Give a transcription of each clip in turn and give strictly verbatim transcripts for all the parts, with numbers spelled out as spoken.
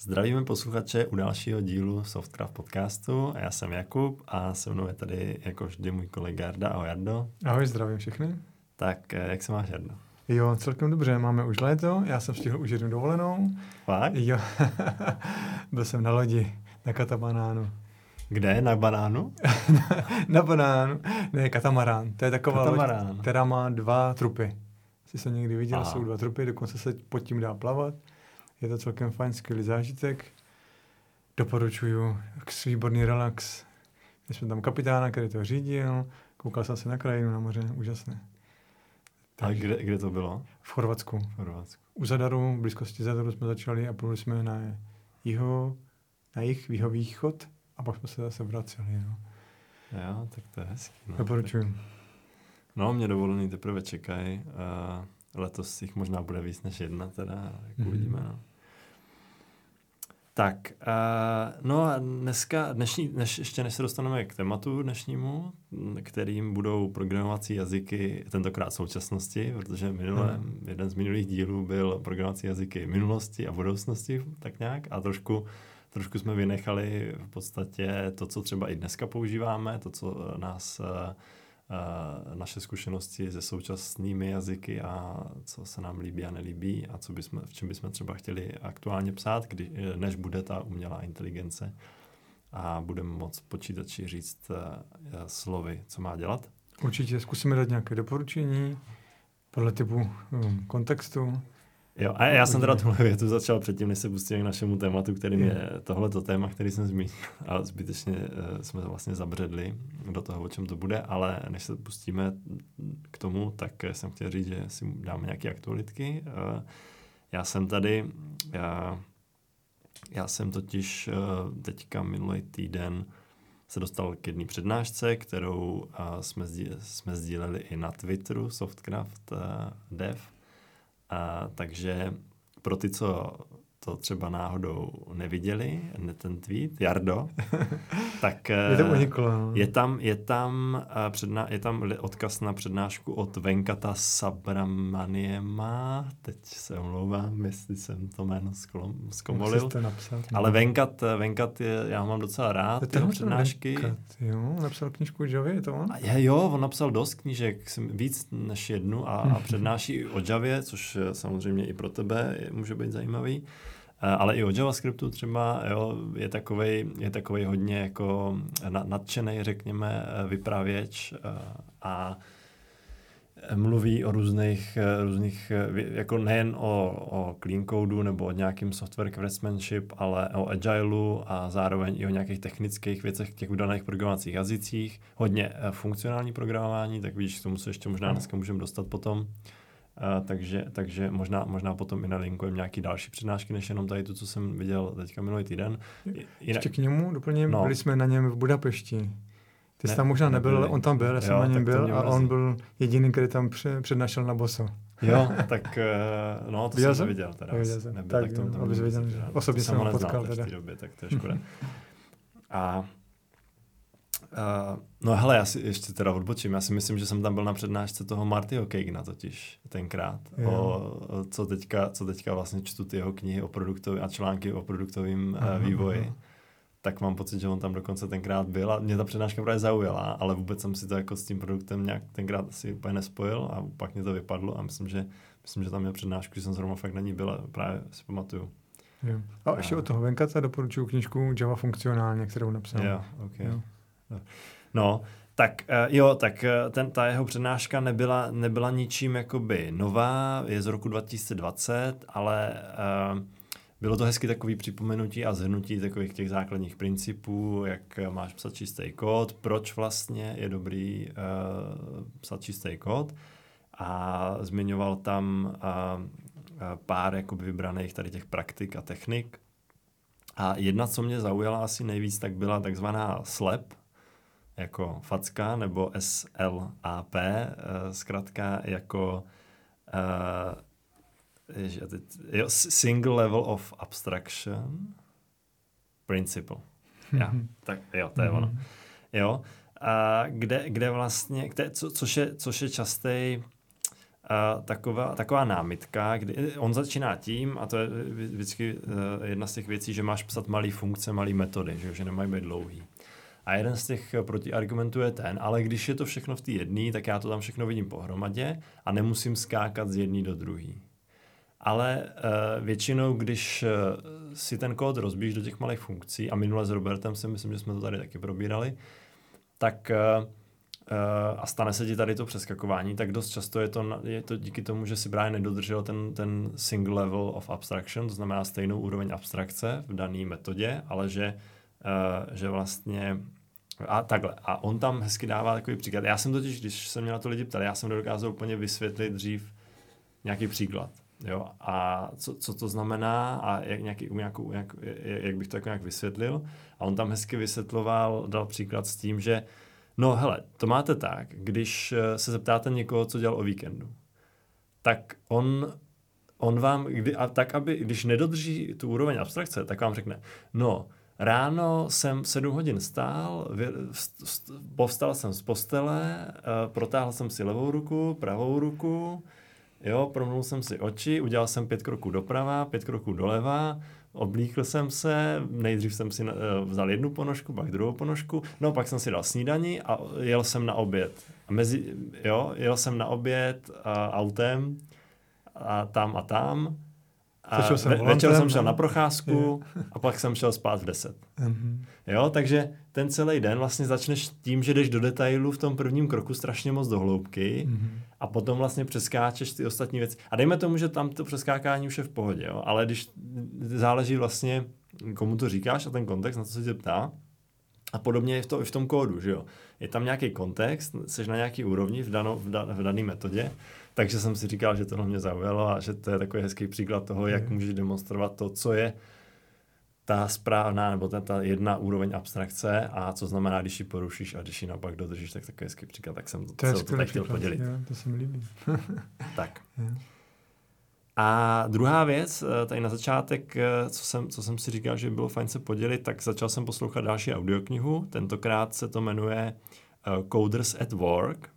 Zdravíme posluchače u dalšího dílu Softcraft podcastu. Já jsem Jakub a se mnou je tady jako vždy můj kolega Jarda. Ahoj Jardo. Ahoj, zdravím všechny. Tak jak se máš, Jardo? Jo, celkem dobře, máme už léto, já jsem stihl už jednu dovolenou. Fakt? Jo, byl jsem na lodi, na katamaránu. Kde? Na banánu? na, na banánu, ne, katamarán. To je taková Katamarán. loď, která má dva trupy. Jsi se někdy viděl, Aha. jsou dva trupy, dokonce se pod tím dá plavat. Je to celkem fajn, skvělý zážitek. Doporučuju, výborný relax. My jsme tam kapitána, který to řídil, koukal jsem se na krajinu, na moře, úžasné. A kde, kde to bylo? V Chorvatsku. V Chorvatsku. U Zadaru, v blízkosti Zadaru jsme začali a pluli jsme na jiho, na jih, jihovýchod a pak jsme se zase vraceli. No. Jo, tak to je hezký. No. Doporučuju. No, mě dovolený teprve čekají. Uh, letos jich možná bude víc než jedna, teda, jak mm-hmm. uvidíme. No. Tak, uh, no a dneska, dnešní, dneš, ještě než se dostaneme k tématu dnešnímu, kterým budou programovací jazyky, tentokrát současnosti, protože minule, hmm. jeden z minulých dílů byl programovací jazyky minulosti a budoucnosti, tak nějak, a trošku, trošku jsme vynechali v podstatě to, co třeba i dneska používáme, to, co nás, uh, uh, naše zkušenosti se současnými jazyky a co se nám líbí a nelíbí a co bychom, v čem bychom třeba chtěli aktuálně psát, kdy, než bude ta umělá inteligence a budeme moct počítači říct uh, slovy, co má dělat. Určitě zkusíme dát nějaké doporučení podle typu um, kontextu. Jo, a já jsem teda tuhle větu začal předtím, než se pustíme k našemu tématu, kterým je tohleto téma, který jsem zmínil. A zbytečně uh, jsme vlastně zabředli do toho, o čem to bude, ale než se pustíme k tomu, tak jsem chtěl říct, že si dáme nějaké aktualitky. Uh, já jsem tady, já, já jsem totiž uh, teďka minulý týden se dostal k jedné přednášce, kterou uh, jsme, sdíleli, jsme sdíleli i na Twitteru, Softcraft uh, Dev. A, takže pro ty, co to třeba náhodou neviděli, ne ten tweet, Jardo, tak je, to uniklo, no. je tam, je tam, předná, je tam odkaz na přednášku od Venkata Subramaniama, teď se omlouvám, jestli jsem to jméno zkomolil, napsat, no. Ale Venkat, Venkat je, já ho mám docela rád, ty přednášky. Venkat, jo, napsal knížku Javě, je to on? A je, jo, on napsal dost knížek, víc než jednu a, a přednáší o Javě, což samozřejmě i pro tebe může být zajímavý. Ale i o JavaScriptu třeba, jo, je takovej, je takovej hodně jako nadšenej, řekněme, vypravěč a mluví o různých, různých jako nejen o, o clean codeu nebo o nějakým software craftsmanship, ale o agileu a zároveň i o nějakých technických věcech, těch udaných programovacích jazycích, hodně funkcionální programování, tak vidíš, k tomu se ještě možná dneska můžeme dostat potom. Uh, takže, takže možná, možná potom i nalinkujeme nějaký další přednášky, než jenom tady tu, co jsem viděl teďka minulý týden. Jinak... Ještě k němu doplním, no. Byli jsme na něm v Budapešti. Ty jsi ne, tam možná nebyl, nebyli. ale on tam byl, já jsem jo, na něm byl a on byl jediný, který tam přednášel na boso. Jo, tak uh, no, to viděl jsem neviděl teda. Neviděl jsem. Nebyl, tak, tak tomu, tomu abys viděl, že osobně jsem ho potkal teda. V té době, tak to je škoda. A Uh, no hele, já si ještě teda odbočím. Já si myslím, že jsem tam byl na přednášce toho Martyho Kejgna totiž tenkrát. O, o, co, teďka, co teďka vlastně čtu ty jeho knihy o produktovém a články o produktovém uh, vývoji. Aha. Tak mám pocit, že on tam dokonce tenkrát byl a mě ta přednáška právě zaujala, ale vůbec jsem si to jako s tím produktem nějak tenkrát si úplně nespojil a pak mě to vypadlo a myslím, že, myslím, že tam měl přednášku, že jsem zrovna fakt na ní byl a právě si pamatuju. Jo. A, a ještě od toho Venkata doporučuji knížku Java funkcionálně, kterou napsal. Jo, okay. jo. No, tak jo, tak ten, ta jeho přednáška nebyla, nebyla ničím jakoby nová, je z roku dva tisíce dvacet, ale uh, bylo to hezky takový připomenutí a shrnutí takových těch základních principů, jak máš psat čistý kód, proč vlastně je dobrý uh, psat čistý kód a zmiňoval tam uh, pár jakoby vybraných tady těch praktik a technik. A jedna, co mě zaujala asi nejvíc, tak byla takzvaná slap, jako facka, nebo S L A P, uh, zkrátka jako uh, ježi, teď, jo, Single Level of Abstraction Principle. Ja, tak jo, to je ono. Jo, a kde, kde vlastně, kde, co, což, je, což je častý uh, taková, taková námitka, kdy on začíná tím, a to je vždycky uh, jedna z těch věcí, že máš psat malý funkce, malý metody, že, že nemají být dlouhý. A jeden z těch protiargumentů je ten, ale když je to všechno v té jedné, tak já to tam všechno vidím pohromadě a nemusím skákat z jedné do druhé. Ale uh, většinou, když uh, si ten kód rozbíš do těch malých funkcí, a minule s Robertem si myslím, že jsme to tady taky probírali, tak uh, uh, a stane se ti tady to přeskakování, tak dost často je to, je to díky tomu, že si právě nedodržel ten, ten single level of abstraction, to znamená stejnou úroveň abstrakce v dané metodě, ale že, uh, že vlastně a takhle. A on tam hezky dává takový příklad. Já jsem totiž, když jsem měl na to lidi ptali, já jsem nedokázal úplně vysvětlit dřív nějaký příklad. Jo? A co, co to znamená a jak, nějaký, nějakou, jak, jak bych to jako nějak vysvětlil. A on tam hezky vysvětloval, dal příklad s tím, že no hele, to máte tak, když se zeptáte někoho, co dělal o víkendu, tak on, on vám, kdy, a tak aby, když nedodrží tu úroveň abstrakce, tak vám řekne, no, ráno jsem sedm hodin stál, povstal jsem z postele, protáhl jsem si levou ruku, pravou ruku, jo, promlul jsem si oči, udělal jsem pět kroků doprava, pět kroků doleva, oblíkl jsem se, nejdřív jsem si vzal jednu ponožku, pak druhou ponožku, no pak jsem si dal snídani a jel jsem na oběd. A mezi, jo, jel jsem na oběd a, autem a tam a tam. A jsem ve, volantem, večer jsem šel no? na procházku a pak jsem šel spát v deset. Mm-hmm. Jo, takže ten celý den vlastně začneš tím, že jdeš do detailu v tom prvním kroku strašně moc do hloubky mm-hmm. a potom vlastně přeskáčeš ty ostatní věci. A dejme tomu, že tam to přeskákání už je v pohodě, jo? Ale když záleží vlastně, komu to říkáš a ten kontext, na co se tě ptá. A podobně je v, to, i v tom kódu, že jo. Je tam nějaký kontext, jsi na nějaký úrovni v, dano, v, da, v dané metodě, takže jsem si říkal, že to mě zaujalo a že to je takový hezký příklad toho, jak můžeš demonstrovat to, co je ta správná, nebo ta, ta jedna úroveň abstrakce a co znamená, když ji porušíš a když ji naopak dodržíš, tak takový hezký příklad, tak jsem to se o to tak chtěl podělit. Jo, to se mi líbí. Tak. Jo. A druhá věc, tady na začátek, co jsem, co jsem si říkal, že by bylo fajn se podělit, tak začal jsem poslouchat další audioknihu, tentokrát se to jmenuje uh, Coders at Work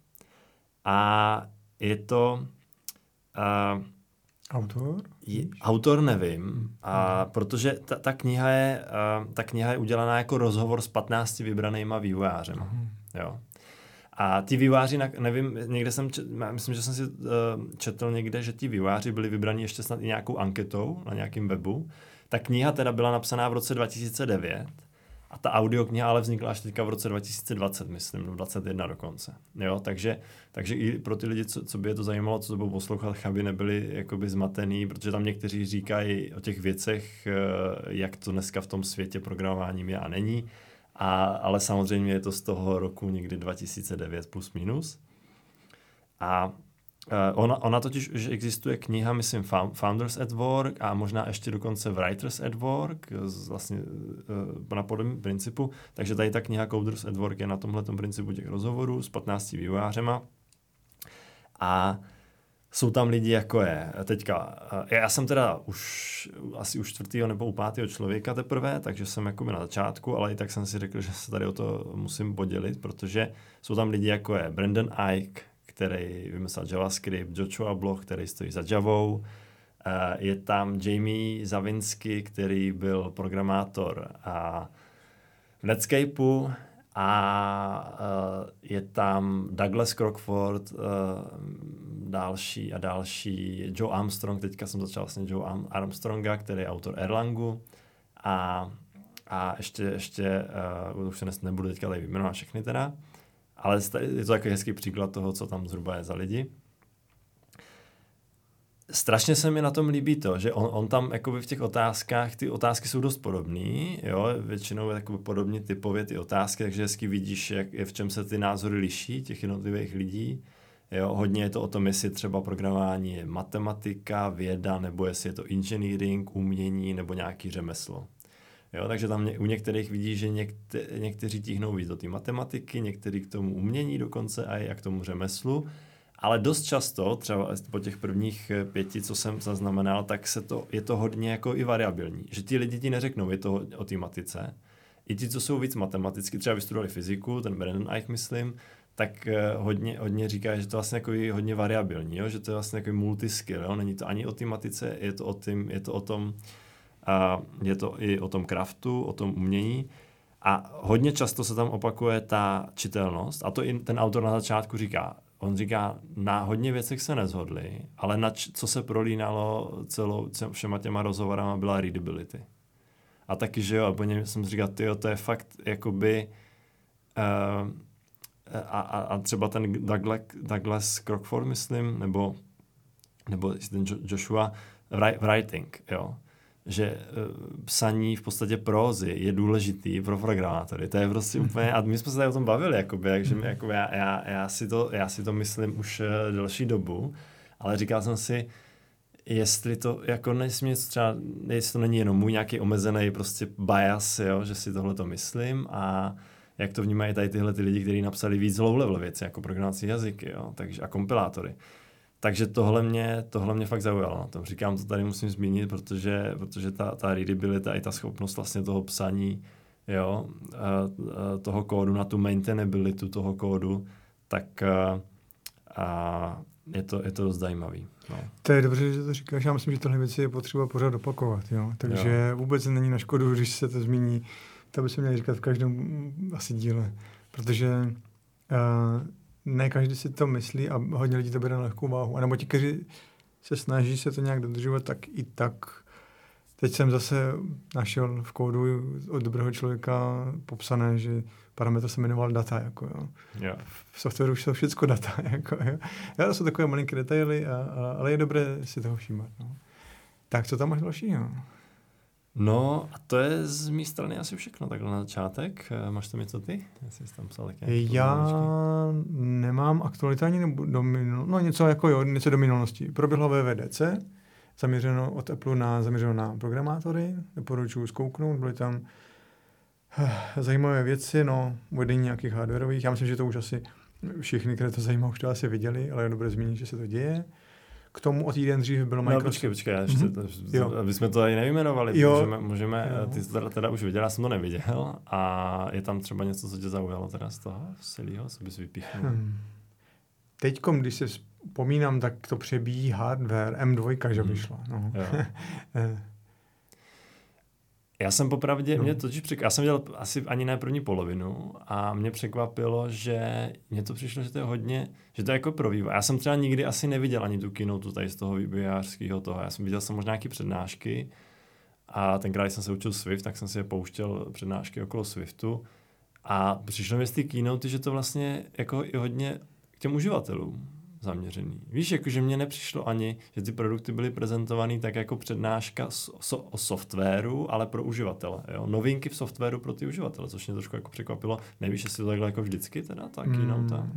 a je to... Uh, Autor? Je, autor nevím, a hmm. protože ta, ta, kniha je, uh, ta kniha je udělaná jako rozhovor s patnácti vybranýma vývojářema. Hmm. Jo. A ty vývojáři, nevím, někde jsem, čet, myslím, že jsem si uh, četl někde, že ti vývojáři byli vybraní ještě snad i nějakou anketou na nějakém webu. Ta kniha teda byla napsaná v roce dva tisíce devět a ta audiokniha ale vznikla až teďka v roce dva tisíce dvacet, myslím, no dvacet jedna dokonce. Jo, takže, takže i pro ty lidi, co, co by je to zajímalo, co to budou poslouchat, aby nebyli jakoby zmatený, protože tam někteří říkají o těch věcech, jak to dneska v tom světě programováním je a není. A, ale samozřejmě je to z toho roku někdy dva tisíce devět plus minus. A uh, ona, ona totiž, že existuje kniha, myslím, Founders at Work a možná ještě dokonce Writers at Work, vlastně uh, na podobném principu. Takže tady ta kniha Coders at Work je na tomhletom principu těch rozhovorů s patnácti vývojářema. A jsou tam lidi, jako je teďka, já jsem teda už asi už čtvrtýho nebo u pátého člověka teprve, takže jsem jakoby na začátku, ale i tak jsem si řekl, že se tady o to musím podělit, protože jsou tam lidi, jako je Brandon Eich, který vymyslel JavaScript, Joshua Bloch, který stojí za Javou, je tam Jamie Zawinsky, který byl programátor a v Netscapeu, a uh, je tam Douglas Crockford, uh, další a další, Joe Armstrong, teďka jsem začal vlastně Joe Armstronga, který je autor Erlangu a, a ještě, ještě uh, už se nebudu teďka tady vyjmenovat všechny teda, ale je to takový hezký příklad toho, co tam zhruba je za lidi. Strašně se mi na tom líbí to, že on, on tam jakoby v těch otázkách, ty otázky jsou dost podobný, jo, většinou je podobně typově ty otázky, takže hezky vidíš, jak, v čem se ty názory liší těch jednotlivých lidí. Jo, hodně je to o tom, jestli třeba programování je matematika, věda, nebo jestli je to engineering, umění, nebo nějaký řemeslo. Jo, takže tam u některých vidíš, že někte, někteří tíhnou víc do té matematiky, někteří k tomu umění dokonce a i k tomu řemeslu. Ale dost často, třeba po těch prvních pěti, co jsem zaznamenal, tak se to, je to hodně jako i variabilní. Že ti lidi ti neřeknou, je to o té matice. I ti, co jsou víc matematicky, třeba vystudovali fyziku, ten Brandon Eich, myslím, tak hodně, hodně říká, že to vlastně jako je hodně variabilní, jo? Že to je vlastně jako multiskill, jo? Není to ani o té matice, je to o, tým, je to o tom, a je to i o tom craftu, o tom umění a hodně často se tam opakuje ta čitelnost a to i ten autor na začátku říká. On říká, na hodně věcech se nezhodli, ale na č- co se prolínalo celou, všema těma rozhovorama byla readability. A taky, že jo, a po něm jsem si říkal, tyjo, to je fakt jakoby uh, a, a, a třeba ten Douglas, Douglas Crockford, myslím, nebo, nebo ten Joshua Writing, jo, že uh, psaní v podstatě prózy je důležitý pro programátory. To je prostě úplně, a my jsme se tady o tom bavili, jakoby, takže my, jakoby, já, já, já, si to, já si to myslím už uh, delší dobu, ale říkal jsem si, jestli to jako nesmí třeba, jestli to není jenom můj nějaký omezený prostě bias, jo, že si tohle to myslím a jak to vnímají tady tyhle ty lidi, kteří napsali víc low-level věci, jako programovací jazyky, jo, takže, a kompilátory. Takže tohle mě, tohle mě fakt zaujalo. To říkám, to tady musím zmínit, protože, protože ta, ta readability i ta schopnost vlastně toho psaní, jo, toho kódu na tu maintainability toho kódu, tak a, a je, to, je to dost zajímavý. No. To je dobře, že to říkáš. Já myslím, že tohle věci je potřeba pořád opakovat. Jo? Takže jo. Vůbec není na škodu, když se to zmíní. To by se měli říkat v každém asi díle. Protože uh, ne každý si to myslí a hodně lidí to bere na lehkou váhu. A nebo ti, kteří se snaží se to nějak dodržovat, tak i tak. Teď jsem zase našel v kódu od dobrého člověka popsané, že parametr se jmenoval data. Jako, jo. Yeah. V softwaru už jsou všechno data. Jako, jo. Já, to jsou takové malinké detaily, a, a, ale je dobré si toho všímat. No. Tak co tam máš dalšího? No a to je z mé strany asi všechno takhle na začátek. Máš tam něco ty? Jsi tam psal, Já nemám aktuality ani do minulosti. No něco jako jo, něco do minulosti. Proběhlo V V D C, zaměřeno od Apple na, zaměřeno na programátory. Doporučuji zkouknout, byly tam zajímavé věci, no, uvedení nějakých hardwareových. Já myslím, že to už asi všichni, které to zajímá, už to asi viděli, ale je dobré zmínit, že se to děje. K tomu o týden dřív bylo Microsoft. No počkej, počkej, ještě mm-hmm. to, aby jsme to tady nejmenovali, jo. můžeme, můžeme ty jsi teda, teda už viděl, já jsem to neviděl a je tam třeba něco, co tě zaujalo teda z toho celého, co bys vypíchnul? Hmm. Teďkom, když se vzpomínám, tak to přebíjí hardware M dva, že vyšla. No. Já jsem popravdě, no. mě totiž překvapilo, já jsem dělal asi ani ne první polovinu a mě překvapilo, že mě to přišlo, že to je hodně, že to je jako pro vývoj. Já jsem třeba nikdy asi neviděl ani tu keynote tady z toho vývojářského toho. Já jsem viděl jsem možná nějaké přednášky a tenkrát, když jsem se učil Swift, tak jsem si je pouštěl přednášky okolo Swiftu a přišlo mi z té keynote, že to vlastně jako i hodně k těm uživatelům zaměřený. Víš, jakože mně nepřišlo ani, že ty produkty byly prezentovaný tak jako přednáška so, o softwaru, ale pro uživatele. Jo? Novinky v softwaru pro ty uživatele, což mě trošku jako překvapilo. Nevíš, jestli to takhle jako vždycky teda, tak hmm. jenom ta...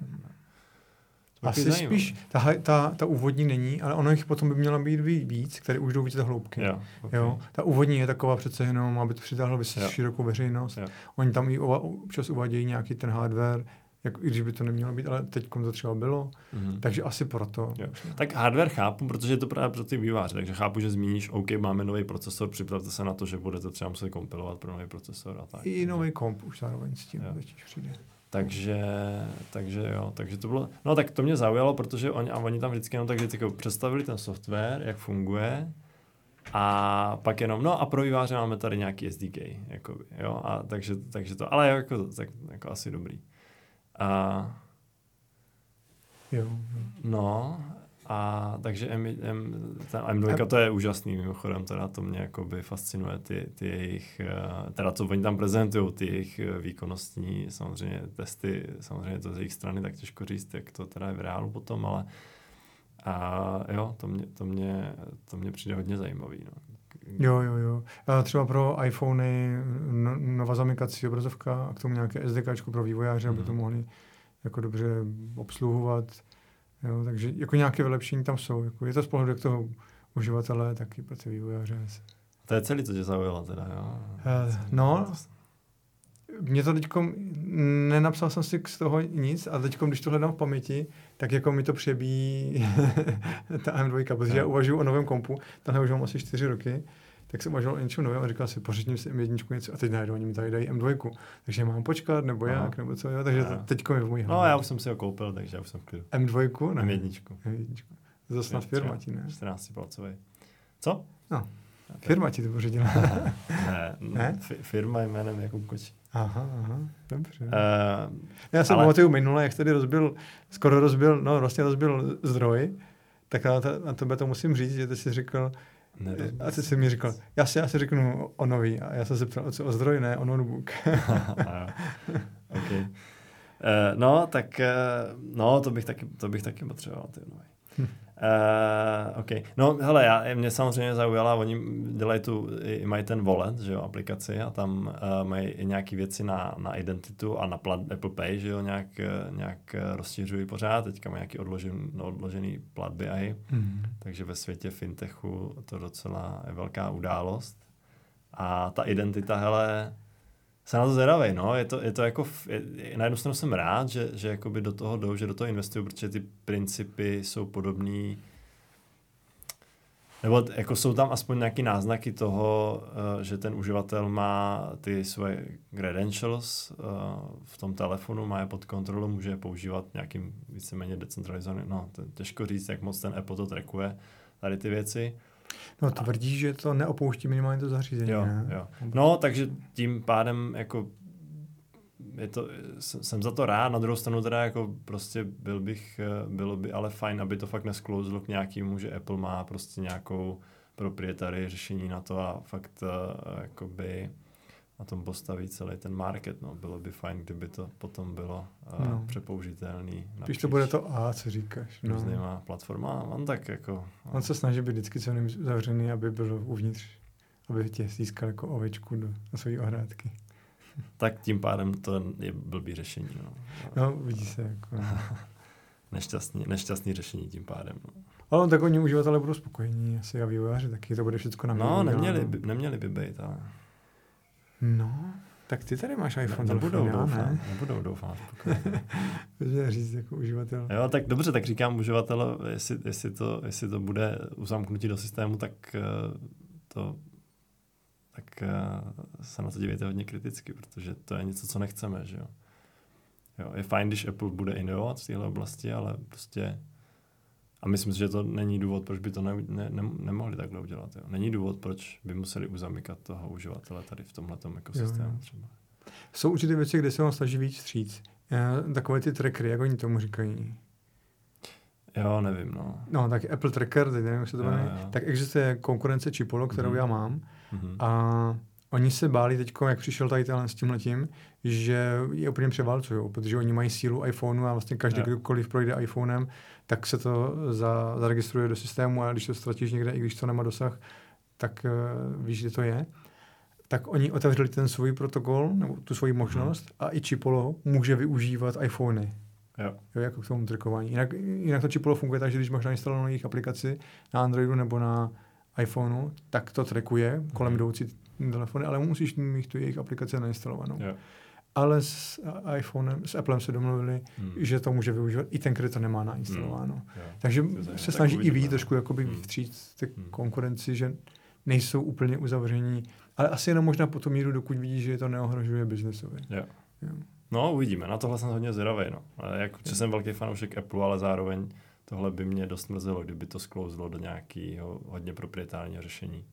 Asi zajímavé. Spíš, ta, ta, ta úvodní není, ale ono jich potom by měla být víc, které už jdou víc do hloubky. Jo, okay. Jo? Ta úvodní je taková přece jenom, aby to přitáhlo širokou veřejnost. Jo. Oni tam i občas uvádějí nějaký ten hardware, jak, i když by to nemělo být, ale teď to třeba bylo, mm-hmm. takže asi proto. Jo. Tak hardware chápu, protože je to právě pro ty vývojáře, takže chápu, že zmíníš, OK, máme nový procesor, připravte se na to, že budete třeba muset kompilovat pro nový procesor a tak. I nový komp už zároveň s tím teď přijde. Takže, takže jo, takže to bylo, no tak to mě zaujalo, protože oni, a oni tam vždycky jenom tak vždycky představili ten software, jak funguje a pak jenom, no a pro vývojáře máme tady nějaký S D K, jakoby, jo, a takže, takže to, ale jako, tak, jako asi dobrý. A, jo. No, a takže M, M, ten M dva to je úžasný mimochodem, teda to mě jakoby fascinuje, ty, ty jejich, teda co oni tam prezentují, ty jejich výkonnostní samozřejmě testy, samozřejmě to z jejich strany, tak těžko říct, jak to teda je v reálu potom, ale a jo, to mě, to mě, to mě přijde hodně zajímavý, no. Jo, jo, jo. A třeba pro iPhony no, nová zamykací obrazovka a k tomu nějaké SDKčko pro vývojáře, mm. aby to mohli jako dobře obsluhovat. Jo, takže jako nějaké vylepšení tam jsou. Jako je to z pohledu jak toho uživatele, tak i pro ty vývojáře. To je celý, co tě zaujalo teda, jo? Uh, no, mě to teďkom, nenapsal jsem si z toho nic a teďkom, když to hledám v paměti, tak jako mi to přebíjí ta M dva, protože já uvažuji o novém kompu, tenhle už mám asi čtyři roky, tak jsem uvažoval o něčem novém a říkal si, pořešním si em jedna něco a teď najednou oni mi tady dají em dva. Takže mám počkat, nebo Aha. jak, nebo co, jo, takže to, teďko mi v mojí No já už jsem si ho koupil, takže já už jsem v klidu. em dva? Ne. em jedna. em jedna. To je snad firma ti, ne? čtrnáctipalcový. Co? No, firma ti to pořídila. ne, ne? Firma jménem Jakub Kočí. Aha, aha, dobře. Uh, já se ale... pamatuju minule, jak tady rozbil, skoro rozbil, no vlastně rozbil zdroj, tak na, na tebe to musím říct, že ty jsi řekl, nerozbil. A ty jsi mi říkal, já si, já si řeknu o nový, a já jsem se ptal, co o zdroj, ne, o notebook. okay. uh, no, tak, uh, no, to bych taky, to bych taky potřeboval, ty nový. Hm. Uh, OK. No, hele, já, mě samozřejmě zaujala, oni dělají tu, i mají ten wallet, že jo, aplikaci a tam uh, mají i nějaký věci na, na identitu a na plat, Apple Pay, že jo, nějak, nějak rozšiřují pořád, teďka mají nějaký odložen, no, odložený platby aj, mm. takže ve světě fintechu to docela je velká událost a ta identita, hele, jsem na to zvědavej, no, je to, je to jako, je, na jednu stranu jsem rád, že, že jakoby do toho jdou, že do toho investují, protože ty principy jsou podobný, nebo jako jsou tam aspoň nějaký náznaky toho, uh, že ten uživatel má ty svoje credentials uh, v tom telefonu, má je pod kontrolou, může je používat nějakým víceméně decentralizovaným, no, to těžko říct, jak moc ten Apple to trackuje, tady ty věci. No tvrdí, že to neopouští minimálně to zařízení. Jo, ne? jo. No, takže tím pádem jako je to, jsem za to rád, na druhou stranu teda jako prostě byl bych, bylo by ale fajn, aby to fakt nesklouzlo k nějakému, že Apple má prostě nějakou proprietary řešení na to a fakt jakoby na tom postaví celý ten market, no. Bylo by fajn, kdyby to potom bylo uh, no. přepoužitelný. Když to bude to A, co říkáš. No. Různýma platforma, on tak jako... No. On se snaží být vždycky co nejvíc zavřený, aby byl uvnitř, aby tě získal jako ovečku do, do své ohrádky. Tak tím pádem to je blbý řešení. No, no vidí se jako... nešťastný, nešťastný řešení tím pádem. No. Ale tak oni uživatelé budou spokojení, asi a vývojáři taky, to bude všechno na No, neměli by, neměli by být, ale... No, tak ty tady máš iPhone. Nebudou, telefon, doufám. Ne? Nebudou, doufám. Můžeme říct jako uživatel. Jo, tak dobře, tak říkám uživatel, jestli, jestli, to, jestli to bude uzamknutí do systému, tak to tak se na to dívejte hodně kriticky, protože to je něco, co nechceme, že jo. Jo, je fajn, když Apple bude inovovat v téhle oblasti, ale prostě a myslím si, že to není důvod, proč by to ne, ne, ne, nemohli takhle udělat. Jo. Není důvod, proč by museli uzamykat toho uživatele tady v tomhletom ekosystému třeba. Jsou určité věci, kde se vám snaží víc vstříc. Takové ty trackery, jak oni tomu říkají. Jo, nevím, no. No, tak Apple Tracker, teď nevím, jak se to jmenuje. Tak existuje konkurence Chipolo, kterou mm-hmm. já mám. Mm-hmm. A oni se báli teď, jak přišel tady s tímhletím, že je úplně převálcujou, protože oni mají sílu iPhoneu a vlastně každý, kdokoliv projde iPhonem, tak se to za, zaregistruje do systému a když to ztratíš někde, i když to nemá dosah, tak uh, víš, kde to je. Tak oni otevřeli ten svůj protokol, nebo tu svoji možnost hmm. a i Chipolo může využívat iPhony. Jo. Jo, jako k tomu trackování. Jinak, jinak to Chipolo funguje tak, že když máš nainstalovanou jejich aplikaci na Androidu nebo na iPhoneu, tak to trackuje kolem jdoucí telefony, ale musíš mít tu jejich aplikaci nainstalovanou. Jo. Ale s iPhonem, s Applem se domluvili, hmm. že to může využívat i ten, který to nemá nainstalováno. Hmm. Takže to se snaží i víc trošku jakoby hmm. vstříct ty hmm. konkurenci, že nejsou úplně uzavření, ale asi jenom možná po tom míru, dokud vidí, že to neohrožuje biznesově. Jo. Jo. No, uvidíme. Na tohle jsem hodně zvědavý. No. Jak, že jsem velký fanoušek Apple, ale zároveň tohle by mě dost mrzelo, kdyby to sklouzlo do nějakého hodně proprietárního řešení.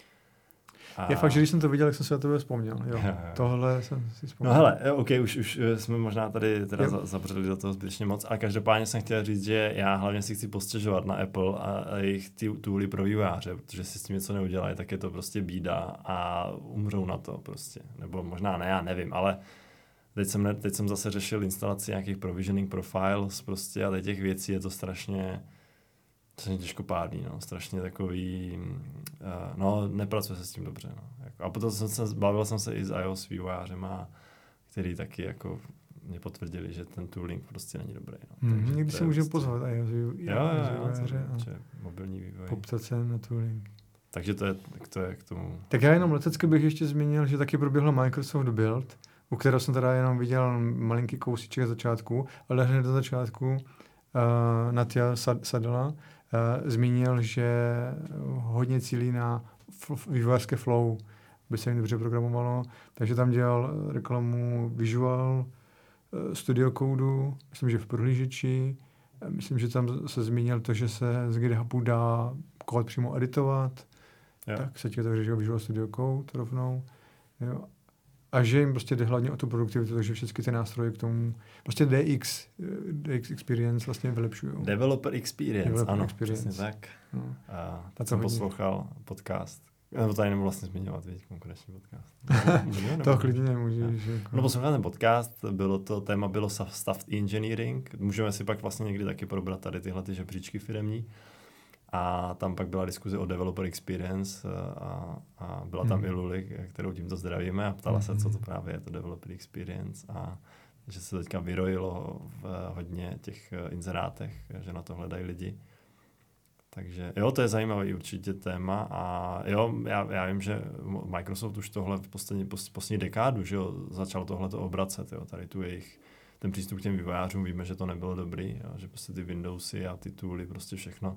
A... Je fakt, že když jsem to viděl, jak jsem se na tebe vzpomněl. Jo. Jo, jo. Tohle jsem si vzpomněl. No hele, OK, už, už jsme možná tady teda za, zabředli do toho zbytečně moc, ale každopádně jsem chtěl říct, že já hlavně si chci postěžovat na Apple a, a jejich ty tooly pro vývojáře, protože si s tím něco neudělají, tak je to prostě bída a umřou na to prostě. Nebo možná ne, já nevím, ale teď jsem, ne, teď jsem zase řešil instalaci nějakých provisioning profiles prostě a těch věcí je to strašně strašně těžkopádný, no, strašně takový, uh, no, nepracuje se s tím dobře, no. Jako, a potom jsem se, bavil jsem se i s iOS vývojářema, který taky jako mě potvrdili, že ten tooling prostě není dobrý, no. Mm, někdy se můžeme prostě pozvat iOS vývojáře a mobilní vývoj. Poptat se na tooling. Takže to je, to je k tomu. Tak já jenom letecky bych ještě zmínil, že taky proběhlo Microsoft Build, u kterého jsem teda jenom viděl malinký kousíček začátku, ale hned do začátku uh, Natya Sadela Uh, zmínil, že hodně cílí na vývojářské flow, by se jim dobře programovalo. Takže tam dělal reklamu Visual Studio Codeu, myslím, že v prohlížeči. Myslím, že tam se zmínil to, že se z GitHubu dá kód přímo editovat. Jo. Tak se ti otevře Visual Studio Code rovnou. Jo. A že jim prostě jde hlavně o tu produktivitu, takže všechny ty nástroje k tomu, prostě D X, D X Experience vlastně vylepšují. Developer Experience, Developer ano, experience. přesně tak. No. A tak jsem hodně poslouchal podcast. Nebo tady nebudu vlastně zmiňovat, víš, konkurenční podcast. Nebo, to klidně nemůžeš. Jako... No poslouchal ten podcast, bylo to, téma bylo soft engineering. Můžeme si pak vlastně někdy taky probrat tady tyhle ty žebříčky firemní. A tam pak byla diskuze o developer experience a, a byla tam hmm. i Luli, kterou tímto zdravíme a ptala hmm. se, co to právě je to developer experience a že se teďka vyrojilo v hodně těch inzerátech, že na to hledají lidi. Takže jo, to je zajímavý určitě téma a jo, já, já vím, že Microsoft už tohle v poslední, poslední dekádu, že jo, začal tohle to obracet, jo, tady tu jejich, ten přístup k těm vývojářům, víme, že to nebylo dobrý, jo, že prostě ty Windowsy a ty tooly, prostě všechno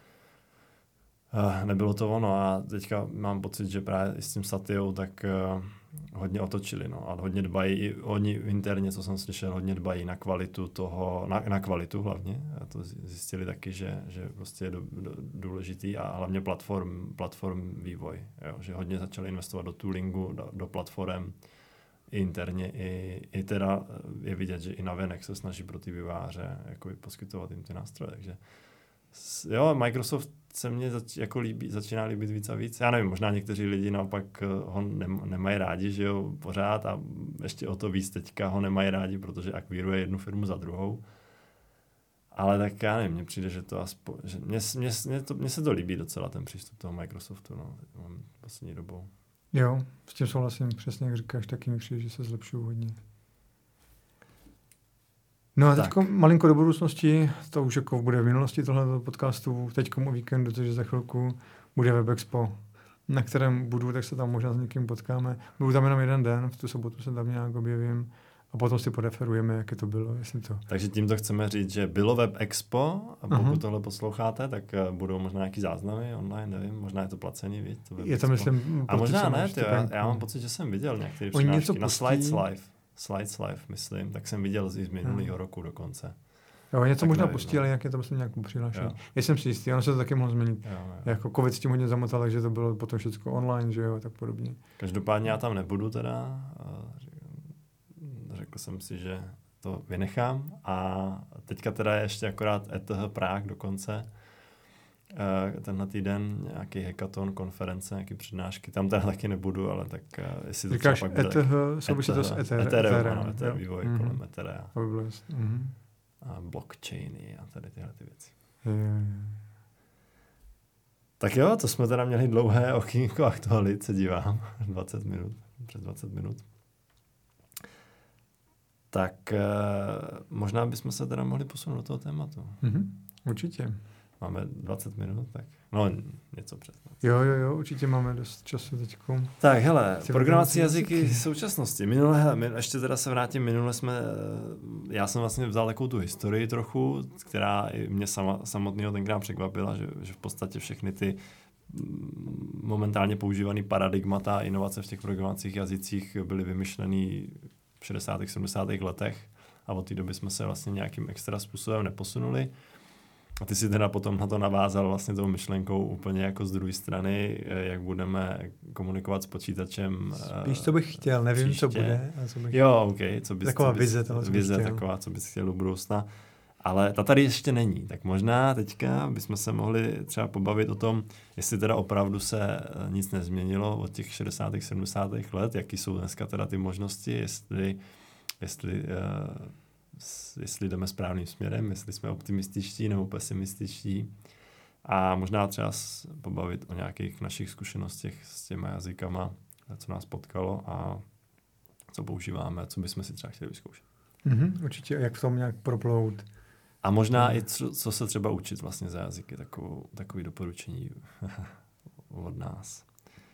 Uh, nebylo to ono a teďka mám pocit, že právě s tím Satyou tak uh, hodně otočili, no, a hodně dbají, i oni interně, co jsem slyšel, hodně dbají na kvalitu toho, na, na kvalitu hlavně, a to zjistili taky, že, že prostě je do, do, důležitý a hlavně platform, platform vývoj, jo, že hodně začali investovat do toolingu, do, do platform, i interně, i, i teda je vidět, že i navenek se snaží pro ty vývojáře jako poskytovat jim ty nástroje, takže jo, Microsoft se mně zač, jako líbí, začíná líbit víc a víc. Já nevím, možná někteří lidi naopak ho nem, nemají rádi, že jo, pořád a ještě o to víc teďka ho nemají rádi, protože akvíruje jednu firmu za druhou. Ale tak já nevím, mně přijde, že to aspoň, že mně, mně, mně, to, mně se to líbí docela, ten přístup toho Microsoftu, no, poslední dobou. Jo, s tím souhlasím, přesně jak říkáš, taky mi přijde, že se zlepšují hodně. No a teď malinko do budoucnosti, to už jako bude v minulosti tohle podcastu, teď o víkendu, takže za chvilku bude WebExpo, na kterém budu, tak se tam možná s někým potkáme. Budu tam jenom jeden den, v tu sobotu se tam nějak objevím a potom si poreferujeme, jaké to bylo, jestli to. Takže tímto chceme říct, že bylo WebExpo a pokud uh-huh. tohle posloucháte, tak budou možná nějaký záznamy online, nevím, možná je to placení, víc. To je to myslím... A možná ne, tyjo, já, já mám pocit, že jsem viděl některé přinášky na Slides Live. Slides Live, myslím, tak jsem viděl z minulého roku dokonce. Jo, něco tak možná nevím, pustí, no. Ale jak je to myslím nějak přihlášení. Já jsem si jistý, ono se to taky mohlo změnit. Jo, jo. Jako covid s tím hodně zamotal, takže to bylo potom všechno online, že jo, tak podobně. Každopádně já tam nebudu teda. Řekl jsem si, že to vynechám a teďka teda je ještě akorát E T H Prague dokonce. Tenhle týden nějaký hackathon, konference, nějaké přednášky. Tam teda taky nebudu, ale tak jestli to říkáš třeba pak bude... E T H, souvisí to s Ether, Ethereum, Ethereum, ano, Ethereum, vývoj mm-hmm. kolem Etherea. Mm-hmm. A blockchainy a tady tyhle ty věci. Mm. Tak jo, to jsme teda měli dlouhé okýnko aktualit, se dívám. dvacet minut, přes dvacet minut. Tak eh, možná bychom se teda mohli posunout do toho tématu. Mm-hmm. Určitě. Máme dvacet minut, tak no něco přes. Jo, jo, jo, určitě máme dost času teďko. Tak hele, programovací jazyky současnosti. Minule, ještě teda se vrátím, minule jsme, já jsem vlastně vzal takovou tu historii trochu, která mě sama, samotného tenkrát překvapila, že, že v podstatě všechny ty momentálně používané paradigmata a inovace v těch programovacích jazycích byly vymyšlený v šedesátých sedmdesátých letech a od té doby jsme se vlastně nějakým extra způsobem neposunuli. A ty si teda potom na to navázal vlastně tou myšlenkou úplně jako z druhé strany, jak budeme komunikovat s počítačem. Spíš, co bych chtěl, nevím, příště. co bude. A co bych... Jo, ok. Co bys, taková co bys, vize toho, co vize bych chtěl. Taková, co bys chtěl do budoucna. Ale ta tady ještě není. Tak možná teďka bychom se mohli třeba pobavit o tom, jestli teda opravdu se nic nezměnilo od těch šedesátých sedmdesátých let, jaký jsou dneska teda ty možnosti, jestli, jestli uh, jestli jdeme správným směrem, jestli jsme optimističtí nebo pesimističtí a možná třeba pobavit o nějakých našich zkušenostech s těma jazykama, co nás potkalo a co používáme, co bychom si třeba chtěli vyzkoušet. Mm-hmm, určitě, jak v tom nějak proplout. A možná mm. i co, co se třeba učit vlastně za jazyky, takovou, takový doporučení od nás.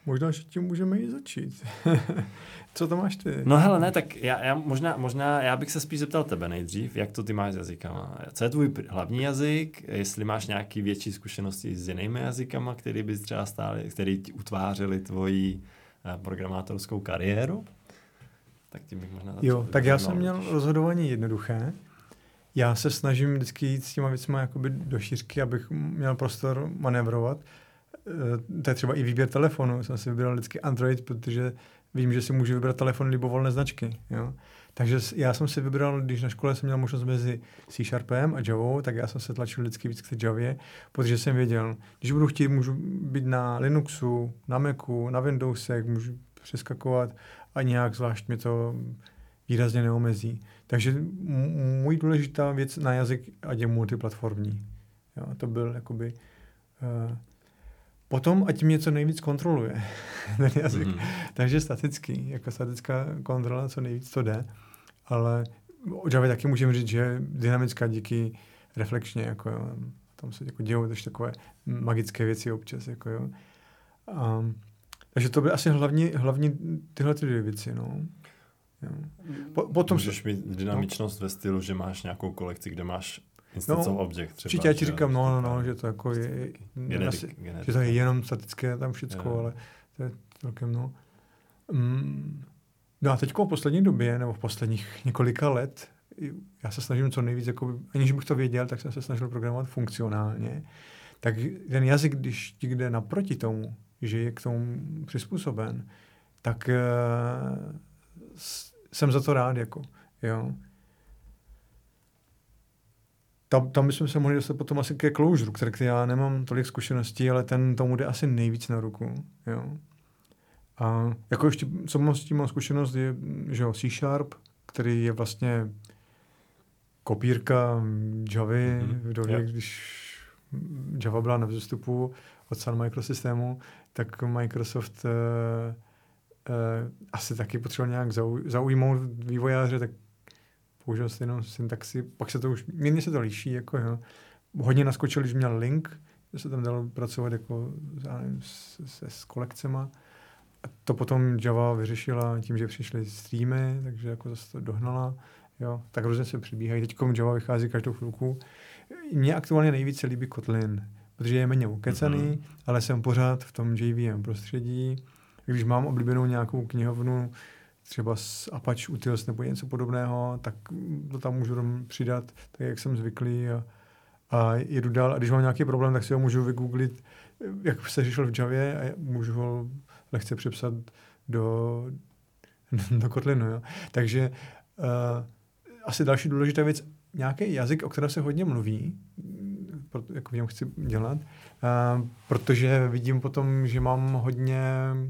Možná, že tím můžeme i začít. Co to máš ty? No hele, ne, tak já, já možná, možná, já bych se spíš zeptal tebe nejdřív, jak to ty máš s jazykama. Co je tvůj hlavní jazyk, jestli máš nějaký větší zkušenosti s jinými jazykama, který by třeba stály, který ti utvářely tvoji programátorskou kariéru? Tak tím bych možná začal. Jo, tak já jsem měl rozhodování jednoduché. Já se snažím vždycky jít s těma věcma jakoby do šířky, abych měl prostor manévrovat. To je třeba i výběr telefonu. Jsem si vybral vždycky Android, protože vím, že si můžu vybrat telefon libovolné značky. Jo? Takže já jsem si vybral, když na škole jsem měl možnost mezi C Sharpem a Javou, tak já jsem se tlačil vždycky víc k té Javě, protože jsem věděl, když budu chtít, můžu být na Linuxu, na Macu, na Windowsech, můžu přeskakovat a nějak zvlášť mě to výrazně neomezí. Takže m- můj důležitá věc na jazyk ať je multiplatformní. Jo? To byl jakoby... Uh, Potom, ať mě co nejvíc kontroluje ten jazyk. Mm-hmm. Takže statický, jako statická kontrola, co nejvíc to jde. Ale o Javě taky můžeme říct, že je dynamická díky reflekčně. Jako, jo. Tam se jako dějou ještě takové magické věci občas. Jako, jo. Um, takže to byly asi hlavní, hlavní tyhle ty dvě věci. No. Jo. Po, potom můžeš mít dynamičnost no. ve stylu, že máš nějakou kolekci, kde máš instance no, object třeba. Určitě já ti říkám, no, no, no, že to jako je, genetik, asi, genetik. že to je jenom statické tam všecko, je. ale to je celkem, no. Mm, no a teďko v poslední době, nebo v posledních několika let, já se snažím co nejvíc, jako, aniž bych to věděl, tak jsem se snažil programovat funkcionálně. Tak ten jazyk, když ti jde naproti tomu, že je k tomu přizpůsoben, tak uh, jsem za to rád, jako, jo. Tam, tam bychom se mohli dostat potom asi ke Clojure, který, který já nemám tolik zkušeností, ale ten tomu jde asi nejvíc na ruku. Jo. A jako ještě, co mám s tím mám zkušenost, je, že jo, C Sharp, který je vlastně kopírka Javy, mm-hmm. v době, yep. když Java byla na vzestupu od Sun Microsystému, tak Microsoft uh, uh, asi taky potřeboval nějak zau, zaujmout vývojáře, tak použil stejnou syntaxi, pak se to už, mírně se to liší, jako jo. Hodně naskočil, když měl link, že se tam dalo pracovat jako nevím, s, s, s kolekcema. A to potom Java vyřešila tím, že přišly streamy, takže jako zase to dohnala. Jo. Tak různě se přibíhají. Teď Java vychází každou chvilku. Mně aktuálně nejvíce líbí Kotlin, protože je méně ukecaný, mm-hmm. ale jsem pořád v tom J V M prostředí. Když mám oblíbenou nějakou knihovnu, třeba z Apache Utils nebo něco podobného, tak to tam můžu přidat, tak jak jsem zvyklý a, a jedu dál. A když mám nějaký problém, tak si ho můžu vygooglit, jak se řešil v Javě a můžu ho lehce přepsat do, do Kotlinu. Jo. Takže uh, asi další důležitá věc, nějaký jazyk, o kterém se hodně mluví, proto, jako v něm chci dělat, uh, protože vidím potom, že mám hodně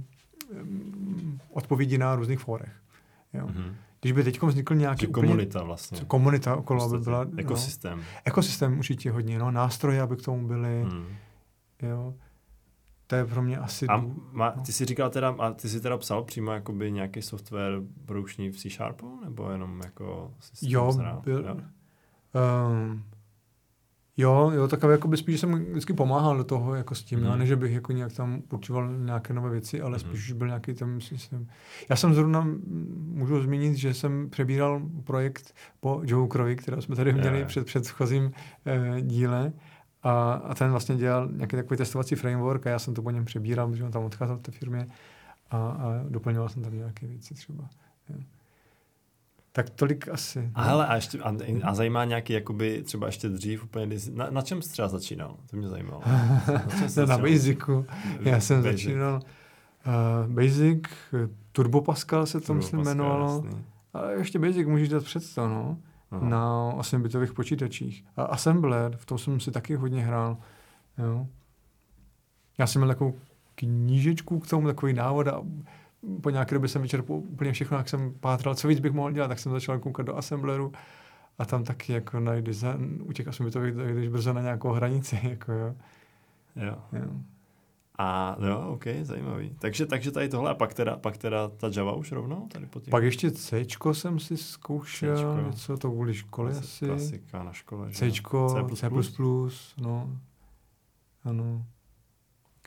odpovědi na různých fórech. Jo. Mm-hmm. Když by teď vznikl nějaký úplně... Komunita vlastně. Komunita okolo, aby byla... Ekosystém. No, ekosystém určitě hodně, no, nástroje, aby k tomu byly. Mm. Jo. To je pro mě asi... A má, ty jsi říkal teda, a ty jsi teda psal přímo jakoby nějaký software produkční v C Sharpu, nebo jenom jako systém jo, zrál? byl, jo, um, Jo, jo, tak jakoby spíš jsem vždycky pomáhal do toho jako s tím, mm. ne, že bych jako nějak tam určoval nějaké nové věci, ale mm. spíš už byl nějaký tam systém. Já jsem zrovna, můžu zmínit, že jsem přebíral projekt po Jokerovi, kterého jsme tady měli yeah. před předchozím eh, díle a, a ten vlastně dělal nějaký takový testovací framework a já jsem to po něm přebíral, protože on tam odcházel v té firmě a, a doplňoval jsem tam nějaké věci třeba. Jo. Tak tolik asi. A hele, a, ještě, a, a zajímá nějaký, jakoby třeba ještě dřív úplně, na, na čem jsi třeba začínal? To mě zajímalo. Na, na Basicu. Já jsem Basic. začínal uh, Basic, Turbo Pascal se to Turbo myslím Pascal, jmenovalo. Jasný. Ale ještě Basic můžeš dát před to, no. Aha. Na osmibitových počítačích. A Assembler, v tom jsem si taky hodně hrál. Jo. Já jsem měl takovou knížečku k tomu, takový návod a po nějaké době jsem vyčerpal úplně všechno, jak jsem pátral, co víc bych mohl dělat, tak jsem začal koukat do Assembleru a tam taky jako najdeš u těch osmibitových jdeš brzo na nějakou hranici, jako jo. Jo. jo. A jo, ok, zajímavý. Takže, takže tady tohle a pak teda, pak teda ta Java už rovnou? Tady po těch... Pak ještě Cčko jsem si zkoušel, Cčko. něco to kvůli školy Klasika, asi. Klasika na škole, že? Cčko, C plus plus, no. Ano. Ok.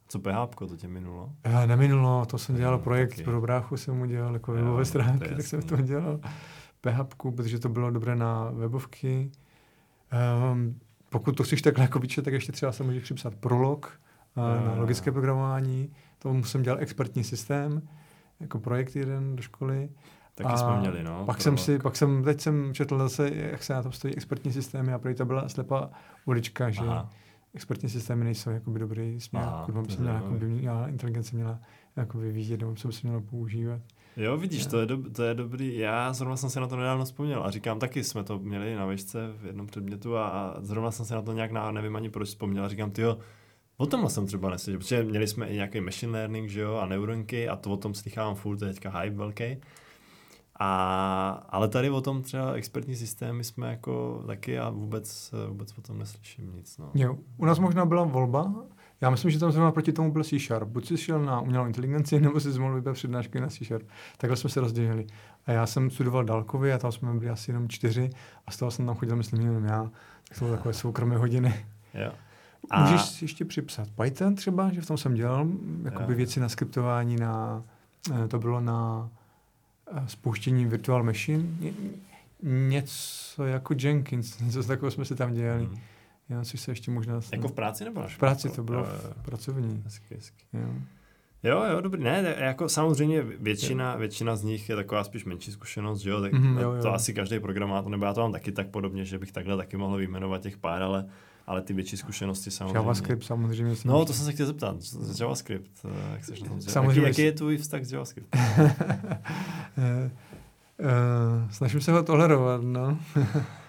Co P H P, to tě minulo? Já neminulo, to jsem dělal no, projekt taky. pro bráchu, jsem mu dělal jako webové stránky, tak jsem to dělal. P H P, protože to bylo dobré na webovky. Um, pokud to chceš takhle jako výčet, tak ještě třeba se můžeš připsat prolog uh, na logické programování. To musím dělat expertní systém, jako projekt jeden do školy. Taky a jsme měli, no. Pak jsem si, pak jsem, teď jsem četl zase, jak se na tom stojí expertní systémy a prý to byla slepá ulička, že Aha. expertní systémy nejsou jakoby dobrý směr, kurva by se měla, jakoby měla, inteligence měla jakoby vyvíjet, nebo co by se mělo používat. Jo, vidíš, ja. to je, do, to je dobrý. Já zrovna jsem se na to nedávno vzpomněl a říkám, taky jsme to měli na výšce v jednom předmětu a, a zrovna jsem se na to nějak, na, nevím ani proč vzpomněl a říkám, tyjo, o tomhle jsem třeba neseděl, protože měli jsme i nějaký machine learning, že jo, a neuronky a to o tom slychávám furt, to je teďka hype velký. A, ale tady o tom třeba expertní systémy jsme jako taky a vůbec, vůbec o tom neslyším nic. No. Jo, u nás možná byla volba. Já myslím, že tam zrovna proti tomu byl C Sharp. Buď jsi šel na umělou inteligenci, nebo jsi mohl vybrat přednášky na C Sharp. Takhle jsme se rozdělili. A já jsem studoval dálkově a tam jsme byli asi jenom čtyři a z toho jsem tam chodil, myslím, jenom já. Tak to bylo takové soukromé hodiny. Jo. A... Můžeš si ještě připsat Python třeba, že v tom jsem dělal jakoby jo. věci na skriptování, na, to bylo na spouštění virtual machine. Něco jako Jenkins, něco takového jsme si tam dělali. Mm. Jo, což se ještě možná... Jako v práci nebo? V práci to bylo, jo, v pracovní. Hezky, hezky. Jo. Jo, jo, dobrý. Ne, jako samozřejmě většina, většina z nich je taková spíš menší zkušenost, že jo, tak mm, jo, jo. To asi každý programátor, nebo já to mám taky tak podobně, že bych takhle taky mohl vyjmenovat těch pár, ale, ale ty větší zkušenosti samozřejmě. JavaScript samozřejmě. No, to jsem se chtěl zeptat. JavaScript, jak seš na tom? Samozřejmě. Jaký, jaký je tvůj vztah s JavaScript? Uh, snažím se ho tolerovat, no. uh,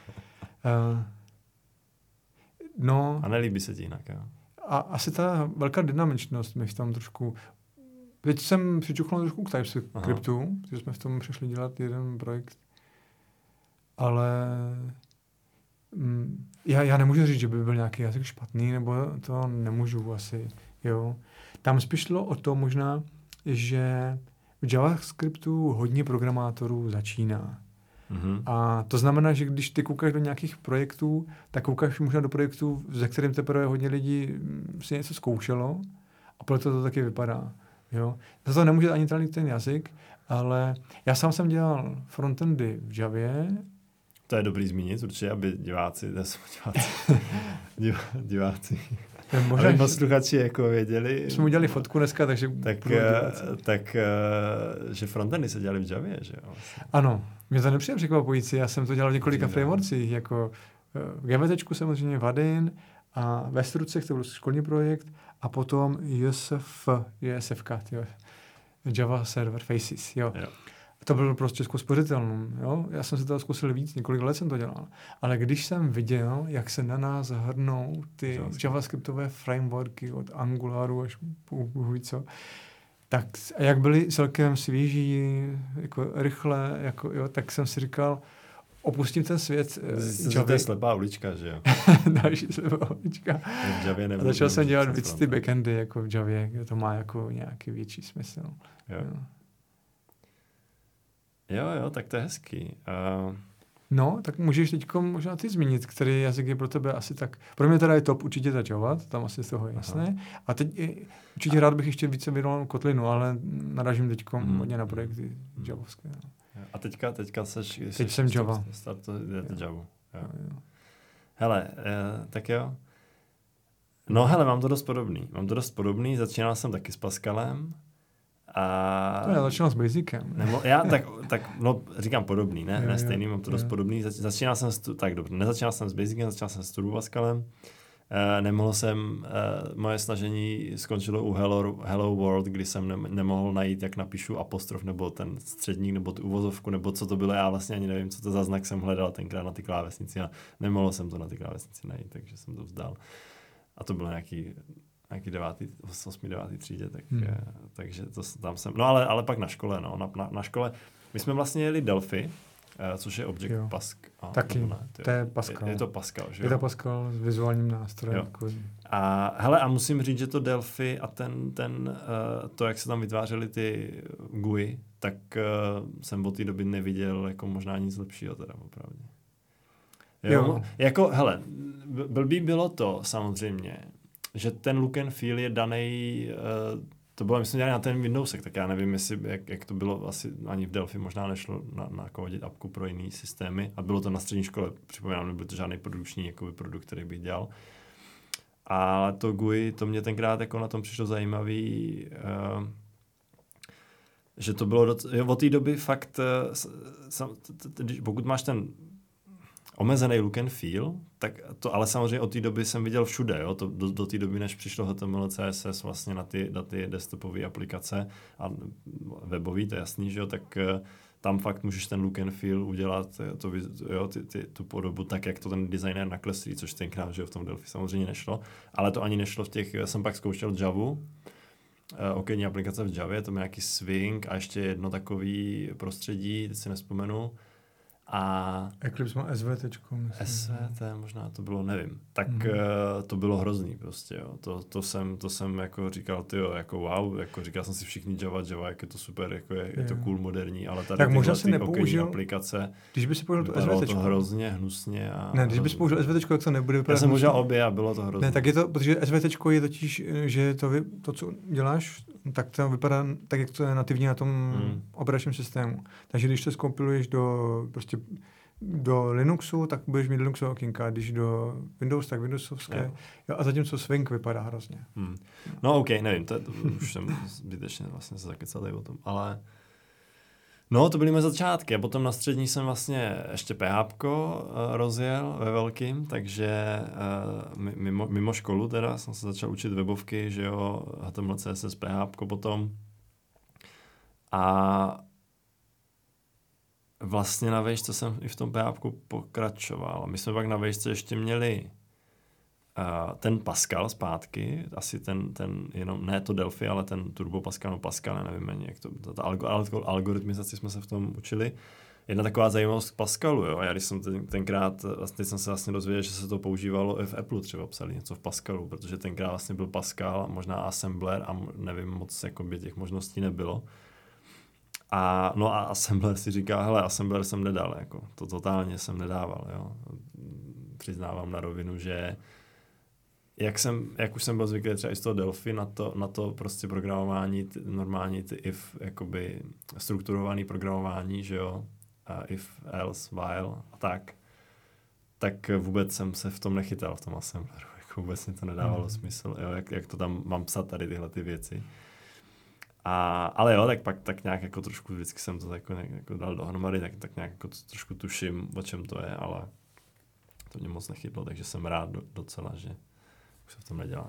no. A nelíbí se ti jinak, jo? A asi ta velká dynamičnost mi v tom trošku... Teď jsem přičuchnul trošku k TypeScriptu, protože jsme v tom přišli dělat jeden projekt, ale mm, já, já nemůžu říct, že by byl nějaký jazyk špatný, nebo to nemůžu asi, jo. Tam spíš šlo o to možná, že v JavaScriptu hodně programátorů začíná. Mm-hmm. A to znamená, že když ty koukáš do nějakých projektů, tak koukáš možná do projektů, ze kterým teprve hodně lidí si něco zkoušelo a proto to taky vypadá. Jo? Za to nemůže ani ten, ten jazyk, ale já sám jsem dělal frontendy v Javě. To je dobrý zmínit, určitě, aby diváci, diváci, diváci, možná, aby posluchači jako věděli. Jsme udělali fotku dneska, takže... Tak, tak že frontendy se dělali v Javě, že jo? Ano, mě to nepřijde překvapující, já jsem to dělal v několika frameworkcích, jako v GVTčku samozřejmě, Vadin a ve Strucech, to byl školní projekt, a potom J S F, J S F K, jo, Java Server Faces, jo. jo. To bylo prostě spořitelné, jo. Já jsem si to zkusil víc, několik let jsem to dělal. Ale když jsem viděl, jak se na nás hrnou ty JavaScript. javascriptové frameworky od Angularu až po co, tak a jak byly celkem svěží, jako rychle, jako, jo, tak jsem si říkal, opustím ten svět. To je slepá ulička, že jo? Další slepá ulička. A začal jsem dělat víc ty backendy jako v Javě, kde to má jako nějaký větší smysl. Jo. Jo. Jo, jo, tak to je hezký. Uh... No, tak můžeš teď možná ty zmínit, který jazyk je pro tebe asi tak... Pro mě teda je top určitě ta Java, tam asi z toho je jasné. Aha. A teď je, určitě rád bych ještě více věnoval Kotlinu, ale naražím teď mm. hodně na projekty mm. javovské. No. A teďka, teďka seš... Teď seš, jsem Java. Start to Java. Jo. Jo. Hele, eh, tak jo. No hele, mám to dost podobný. Mám to dost podobný, začínal jsem taky s Pascalem. A... To já začínal s Basicem. Nebo, já tak, tak, no říkám podobný, ne, jo, ne stejný, mám to dost jo. podobný. Zač, začínal jsem, stu, tak dobře, nezačínal jsem s Basicem, začínal jsem s Turbo Pascalem. Uh, nemohl jsem, uh, moje snažení skončilo u Hello, Hello World, kdy jsem ne, nemohl najít, jak napíšu apostrof, nebo ten středník, nebo tu uvozovku, nebo co to bylo, já vlastně ani nevím, co to za znak jsem hledal tenkrát na ty klávesnici a nemohl jsem to na ty klávesnici najít, takže jsem to vzdal. A to bylo nějaký, nějaký devátý, osmý, devátý třídě, tak, hmm. eh, takže to tam jsem, no ale, ale pak na škole, no, na, na, na škole, my jsme vlastně jeli Delphi, Uh, což je Object Pascal. Taky, ne, to je, je Pascal. Je, je to Pascal, že jo? Je to Pascal s vizuálním nástrojem. A hele, a musím říct, že to Delphi a ten, ten uh, to, jak se tam vytvářely ty G U I, tak uh, jsem od té doby neviděl jako možná nic lepšího teda opravdu. Jo, jo. Jako, hele, blbý bylo to samozřejmě, že ten look and feel je daný, uh, to bylo, myslím, dělané na ten Windowsek, tak já nevím, jestli, jak, jak to bylo, asi ani v Delphi možná nešlo na, na kodit apku pro jiný systémy a bylo to na střední škole, připomínám, nebyl to žádný produkční jakoby, produkt, který bych dělal. A to G U I, to mě tenkrát jako na tom přišlo zajímavý, uh, že to bylo doc- jo, od té doby fakt, uh, pokud máš ten omezený look and feel, tak to ale samozřejmě od té doby jsem viděl všude, jo? To, do, do té doby, než přišlo H T M L, C S S vlastně na ty, na ty desktopové aplikace a webový, to je jasný, že jo, tak uh, tam fakt můžeš ten look and feel udělat to, jo, ty, ty, tu podobu tak, jak to ten designer nakreslí, což tenkrát, že jo, v tom Delphi samozřejmě nešlo, ale to ani nešlo v těch, já jsem pak zkoušel Javu, uh, okejní aplikace v Javě, to má nějaký swing a ještě jedno takový prostředí, teď si nespomenu. A Eclipse má S V T. S V T možná to bylo, nevím. Tak mm. uh, to bylo hrozný prostě, jo. To, to, jsem, to jsem jako říkal, tyjo, jako wow, jako říkal jsem si všichni Java, Java, jak je to super, jako je, je to cool, moderní, ale tady tak možná ty, si nepoužil, aplikace, když by si použil to S V T. to hrozně hnusně. A ne, když bys použil S V T, tak to nebude vypadat. Já jsem použil obě a bylo to hrozně. Ne, tak je to, protože S V T je totiž, že to, vy, to, co děláš, tak to vypadá tak, jak to je nativně na tom hmm. operačním systému. Takže když to zkompiluješ do prostě do Linuxu, tak budeš mít Linuxové okénka, když do Windows, tak Windowsovské. Jo. Jo, a zatímco Swing vypadá hrozně. Hmm. No ok, nevím, to, to už jsem zbytečně vlastně se zakecal tady o tom, ale no, to byly moje začátky a potom na střední jsem vlastně ještě PHPko uh, rozjel ve velkým, takže uh, mimo, mimo školu teda jsem se začal učit webovky, že jo, H T M L, C S S, PHPko potom a vlastně na vejšce jsem i v tom PHPku pokračoval. My jsme pak na vejšce ještě měli uh, ten Pascal zpátky, asi ten, ten jenom, ne to Delphi, ale ten Turbo Pascal, no Pascal, nevím ani, jak to, ta, ta algo, algoritmizaci jsme se v tom učili. Jedna taková zajímavost k Pascalu, jo, já když jsem ten, tenkrát, vlastně jsem se vlastně dozvěděl, že se to používalo i v Apple třeba psali něco v Pascalu, protože tenkrát vlastně byl Pascal, možná Assembler a nevím moc, jakoby těch možností nebylo. A no a Assembler si říká, hele, Assembler jsem nedal, jako, to totálně jsem nedával, jo. Přiznávám na rovinu, že jak jsem, jak už jsem byl zvyklý třeba i z toho Delphi na to, na to prostě programování, ty, normální ty if, jakoby strukturovaný programování, že jo, a if, else, while a tak, tak vůbec jsem se v tom nechytal, v tom Assembleru, jako vůbec mi to nedávalo mm. smysl, jo, jak, jak to tam mám psat tady tyhle ty věci. A, ale jo, tak pak tak nějak jako trošku vždycky jsem to jako, jako dal dohromady, tak, tak nějak jako trošku tuším, o čem to je, ale to mě moc nechytlo, takže jsem rád do, docela, že už se v tom nedělá.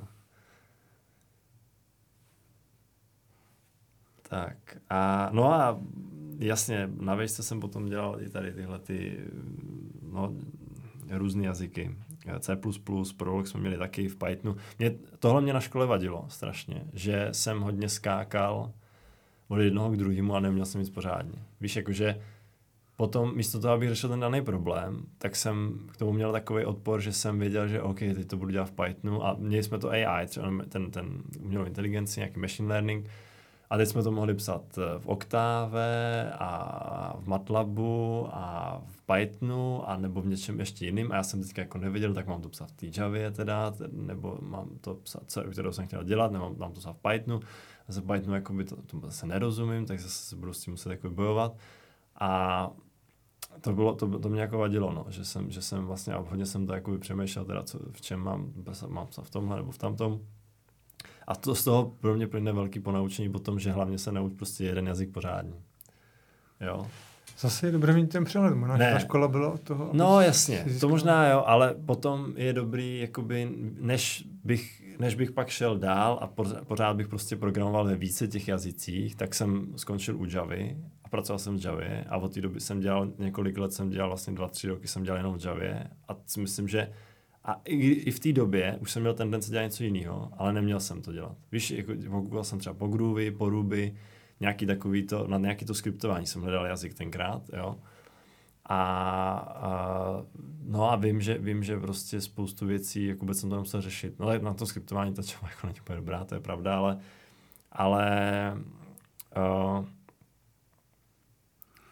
Tak a no a jasně, na vejšce jsem potom dělal i tady tyhle ty no, různé jazyky. C plus plus, Prolog jsme měli taky v Pythonu. Mě, tohle mě na škole vadilo strašně, že jsem hodně skákal od jednoho k druhému a neměl jsem nic pořádně. Víš, jakože potom místo toho, abych řešil ten daný problém, tak jsem k tomu měl takový odpor, že jsem věděl, že OK, teď to budu dělat v Pythonu a měli jsme to A I, třeba ten, ten umělou inteligenci, nějaký machine learning a teď jsme to mohli psat v Octave a v MATLABu a v Pythonu a nebo v něčem ještě jiným a já jsem teďka jako nevěděl, tak mám to psat v té Javě teda, nebo mám to psat, kterou jsem chtěl dělat, nebo mám to psat v Pythonu. A za Pythonu jakoby to, to zase nerozumím, tak zase budu s tím muset jako bojovat. A to, bylo, to, to mě jako vadilo, no, že jsem, že jsem vlastně, a hodně jsem to jakoby přemýšlel, teda co, v čem mám, mám psat v tomhle nebo v tamtom. A to z toho pro mě plyne velký ponaučení potom, že hlavně se nauč prostě jeden jazyk pořádně. Jo. Zase je dobré mít ten přehled, možná ta škola byla od toho. No jasně, to možná jo, ale potom je dobrý, jakoby, než bych, než bych pak šel dál a pořád bych prostě programoval ve více těch jazycích, tak jsem skončil u Javy a pracoval jsem v Javě a od té doby jsem dělal, několik let jsem dělal, vlastně dva, tři roky jsem dělal jenom v Javě a si myslím, že a i, i v té době už jsem měl tendenci dělat něco jiného, ale neměl jsem to dělat. Víš, jako, koukal jsem třeba po Groovy, po Ruby, nějaký takový to, na nějaký to skriptování jsem hledal jazyk tenkrát, jo. A, a no a vím, že, vím, že prostě spoustu věcí, jako vůbec jsem to nemusel řešit. No na to skriptování to třeba jako není úplně dobrá, to je pravda, ale, ale uh,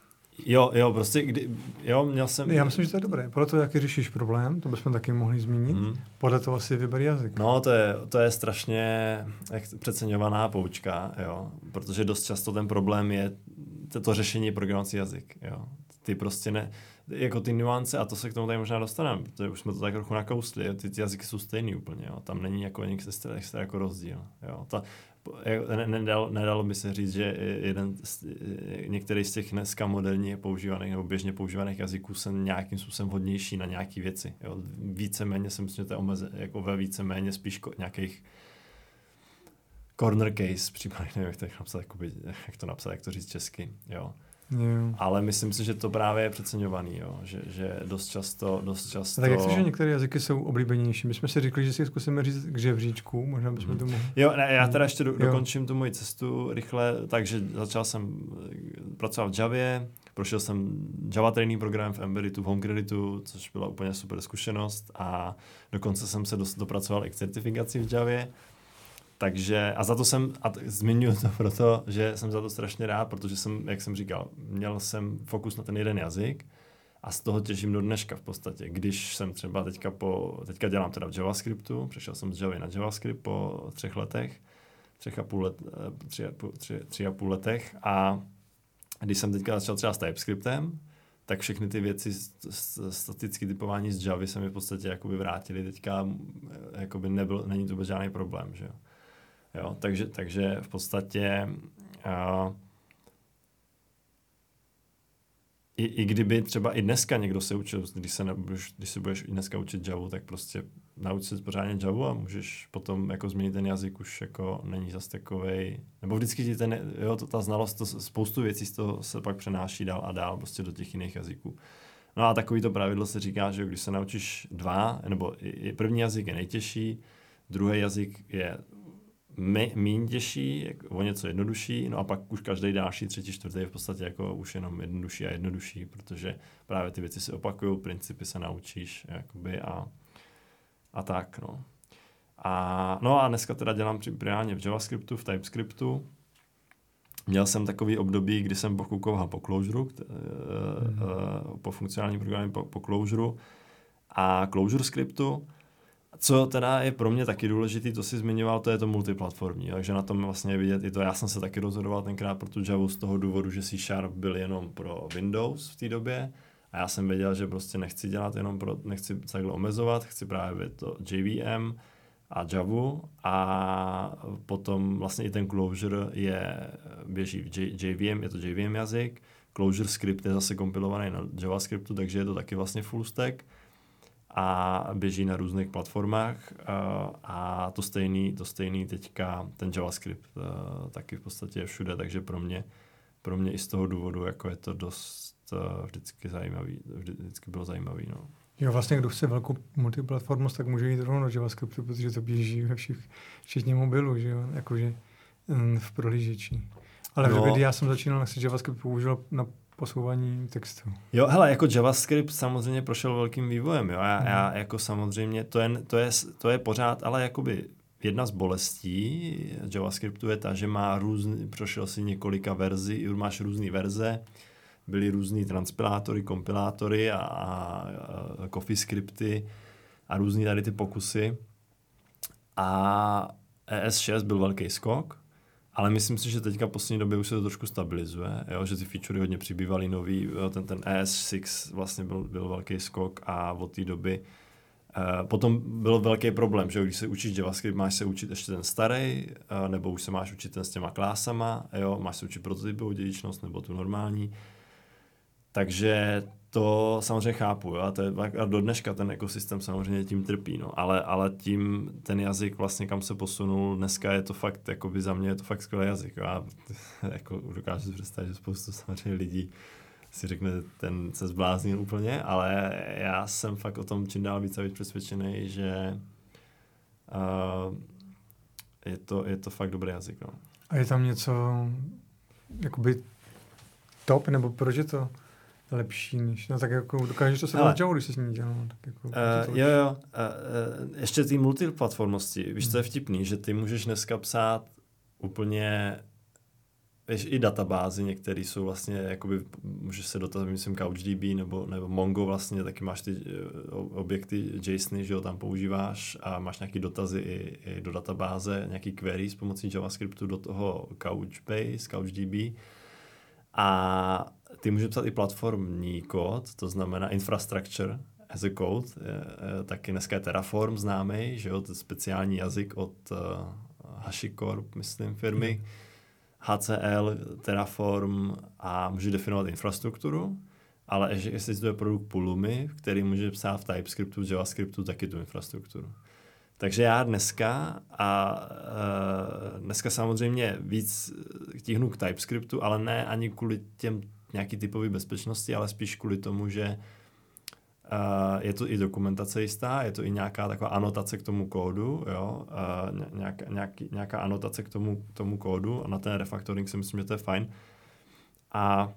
Jo, jo, prostě, kdy, jo, měl jsem... Já myslím, že to je dobré. Podle toho, jaký řešíš problém, to bychom taky mohli zmínit, hmm. podle toho asi vyber jazyk. No, to je, to je strašně jak, přeceňovaná poučka, jo, protože dost často ten problém je to, to řešení programovací jazyk, jo. Ty prostě ne, jako ty nuance, a to se k tomu tady možná dostaneme, protože už jsme to tak trochu nakousli, ty, ty jazyky jsou stejný úplně, jo, tam není jako někde extra jako rozdíl, jo. Ta, Nedalo, nedalo by se říct, že jeden z, některý z těch dneska moderně používaných nebo běžně používaných jazyků se nějakým způsobem hodnější na nějaké věci. Jo. Víceméně si myslím, že to je omeze, jako ve víceméně spíš ko, nějakých corner case případně, nevím, jak to napsat, jakoby, jak to napsat, jak to říct česky. Jo. Jo. Ale myslím si, že to právě je přeceňovaný, jo. Že, že dost často, dost často... A tak jak to, že některé jazyky jsou oblíbenější? My jsme si řekli, že si zkusíme říct k žebříčku, možná bychom hmm. to mohli... Jo, ne, já teda ještě do, dokončím tu moji cestu rychle, takže začal jsem pracovat v Javě, prošel jsem Java training program v Embedditu, v HomeCreditu, což byla úplně super zkušenost a dokonce jsem se dost dopracoval i k certifikaci v Javě. Takže, a za to jsem, a t- zmiňuji to proto, že jsem za to strašně rád, protože jsem, jak jsem říkal, měl jsem fokus na ten jeden jazyk a z toho těžím do dneška v podstatě. Když jsem třeba teďka po, teďka dělám teda v JavaScriptu, přešel jsem z Javy na JavaScript po třech letech, třech a půl let, tři, a půl, tři, tři a půl letech a když jsem teďka začal třeba s TypeScriptem, tak všechny ty věci, statické typování z Javy se mi v podstatě jakoby vrátily. Teďka jakoby nebyl, není to vůbec žádný problém, že jo. Jo, takže, takže v podstatě uh, i, i kdyby třeba i dneska někdo se učil, když se, nebudeš, když se budeš i dneska učit Javu, tak prostě nauč se pořádně Javu a můžeš potom jako změnit ten jazyk, už jako není zas takovej, nebo vždycky ti ten, jo, to, ta znalost, to, spoustu věcí z toho se pak přenáší dál a dál prostě do těch jiných jazyků. No a takovýto pravidlo se říká, že když se naučíš dva, nebo i, i první jazyk je nejtěžší, druhý jazyk je méně těžší, o něco jednodušší, no a pak už každý další, třetí, čtvrtý je v podstatě jako už jenom jednodušší a jednodušší, protože právě ty věci se opakují, principy se naučíš, jakoby a, a tak, no. A, no a dneska teda dělám primárně v JavaScriptu, v TypeScriptu. Měl jsem takový období, kdy jsem pokoukoval po Clojuru, mm-hmm. po funkcionálním programu po, po Clojuru a Clojure scriptu. Co teda je pro mě taky důležitý, to si zmiňoval, to je to multiplatformní, takže na tom vlastně je vidět i to. Já jsem se taky rozhodoval tenkrát pro tu Javu z toho důvodu, že C Sharp byl jenom pro Windows v té době a já jsem věděl, že prostě nechci dělat jenom pro, nechci takhle omezovat, chci právě to J V M a Javu a potom vlastně i ten Clojure je, běží v J, JVM, je to J V M jazyk, Clojure script je zase kompilovaný na JavaScriptu, takže je to taky vlastně full stack a běží na různých platformách a, a to stejný, to stejný teďka ten JavaScript a, taky v podstatě je všude, takže pro mě, pro mě i z toho důvodu jako je to dost a, vždycky zajímavý, vždy, vždycky bylo zajímavý, no. Jo, vlastně kdo chce velkou multiplatformnost, tak může jít rovnou do JavaScriptu, protože to běží ve všech, včetně mobilů, že jo, jakože v prohlížeči. Ale no. v době, já jsem začínal, tak si JavaScript použil na posouvání textu. Jo, hele, jako JavaScript samozřejmě prošel velkým vývojem, jo, já, hmm. já jako samozřejmě, to je, to, je, to je pořád, ale jakoby jedna z bolestí JavaScriptu je ta, že má různý, prošel si několika verzí, máš různý verze, byly různý transpilátory, kompilátory a, a, a CoffeeScripty a různý tady ty pokusy. A E S šest byl velký skok, ale myslím si, že teďka v poslední době už se to trošku stabilizuje, jo? Že ty featurey hodně přibývaly nový, jo? ten, ten E S šest vlastně byl, byl velký skok a od té doby uh, potom byl velký problém, že když se učíš JavaScript, máš se učit ještě ten starý, uh, nebo už se máš učit ten s těma klásama, jo? Máš se učit prototypovou dědičnost nebo tu normální. Takže to samozřejmě chápu, jo? A, to je, a do dneška ten ekosystém samozřejmě tím trpí, no. ale, ale tím ten jazyk vlastně kam se posunul, dneska je to fakt, jakoby za mě je to fakt skvělý jazyk. Jo? A jako dokážu si představit, že spoustu samozřejmě lidí si řekne, ten se zbláznil úplně, ale já jsem fakt o tom čím dál víc a víc přesvědčený, že uh, je, to, je to fakt dobrý jazyk. No. A je tam něco jakoby top, nebo proč je to lepší než, no tak jako dokážeš to se dát Java, když se s ní dělal. Tak jako, uh, jo, jo. Uh, uh, ještě ty multiplatformnosti, víš, co je vtipný, že ty můžeš dneska psát úplně víš, i databázy některé jsou vlastně, jakoby, můžeš se dotazovat, myslím, CouchDB nebo, nebo Mongo vlastně, taky máš ty objekty JSONy, že jo, tam používáš a máš nějaký dotazy i, i do databáze, nějaký query s pomocí JavaScriptu do toho Couchbase, CouchDB. A ty můžeš psát i platformní kód, to znamená infrastructure as a code, je, je, taky dneska je Terraform známý, že jo, to je speciální jazyk od uh, HashiCorp, myslím, firmy, mm. H C L, Terraform a můžeš definovat infrastrukturu, ale ještě existuje produkt Pulumi, který může psát v TypeScriptu, v JavaScriptu taky tu infrastrukturu. Takže já dneska a uh, dneska samozřejmě víc tíhnu k TypeScriptu, ale ne ani kvůli těm nějaký typový bezpečnosti, ale spíš kvůli tomu, že uh, je to i dokumentace jistá, je to i nějaká taková anotace k tomu kódu, jo? Uh, nějaká, nějaký, nějaká anotace k tomu, k tomu kódu a na ten refactoring si myslím, že to je fajn. A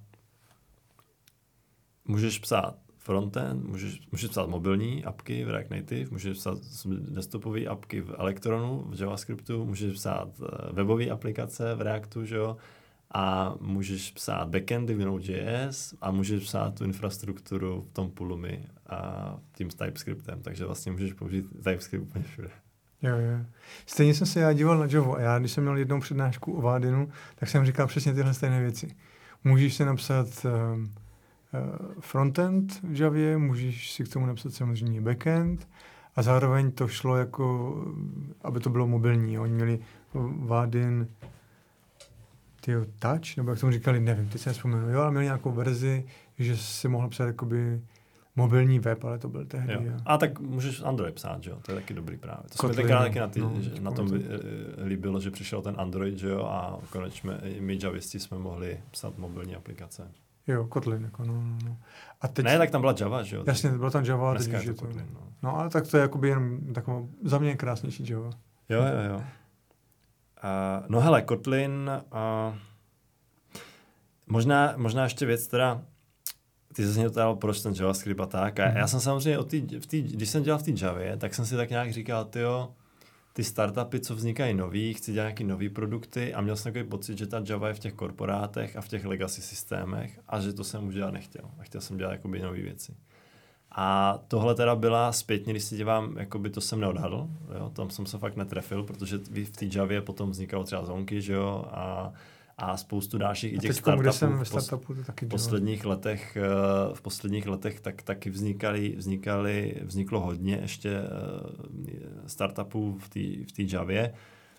můžeš psát frontend, můžeš, můžeš psát mobilní apky v React Native, můžeš psát desktopové apky v Electronu, v JavaScriptu, můžeš psát webové aplikace v Reactu, že jo? A můžeš psát backendy v Node.js a můžeš psát tu infrastrukturu v tom Pulumi a tím TypeScriptem, takže vlastně můžeš použít TypeScript úplně všude. Jo, jo. Stejně jsem se já díval na Java a já, když jsem měl jednou přednášku o Vadinu, tak jsem říkal přesně tyhle stejné věci. Můžeš si napsat um, frontend v Javě, můžeš si k tomu napsat samozřejmě backend a zároveň to šlo jako, aby to bylo mobilní. Oni měli Vadin tyjo, Touch, nebo jak tomu říkali, nevím, teď se nevzpomenu, jo, ale měli nějakou verzi, že si mohl psát jakoby mobilní web, ale to byl tehdy. Jo. A tak můžeš Android psát, že jo, to je taky dobrý právě. To Kotlin, jsme tenkrát taky na, ty, no, že na tom líbilo, že přišel ten Android, že jo, a konečně my javisti jsme mohli psát mobilní aplikace. Jo, Kotlin, jako no, no, no. A teď... Ne, tak tam byla Java, že jo? Jasně, byla tam Java, teď teď je to to Kotlin, no. No, ale tak to je jakoby jenom taková, za mě krásnější Java. Jo, jo, jo. Uh, no hele, Kotlin, uh, možná, možná ještě věc teda, ty jsi mě ptal, proč ten JavaScript a tak, a mm. já jsem samozřejmě, od tý, v tý, když jsem dělal v té Javě, tak jsem si tak nějak říkal, tyjo, ty startupy, co vznikají nový, chci dělat nějaký nový produkty a měl jsem takový pocit, že ta Java je v těch korporátech a v těch legacy systémech a že to jsem už dělat nechtěl. A chtěl jsem dělat jakoby nový věci. A tohle teda byla zpětně, když si dívám, jakoby to jsem neodhadl, jo, tam jsem se fakt netrefil, protože v té Javě potom vznikaly třeba zonky, že jo, a a spoustu dalších i těch startupů jsem v, pos, v posledních letech, v posledních letech tak taky vznikaly, vznikaly, vzniklo hodně ještě startupů v té v té Javě.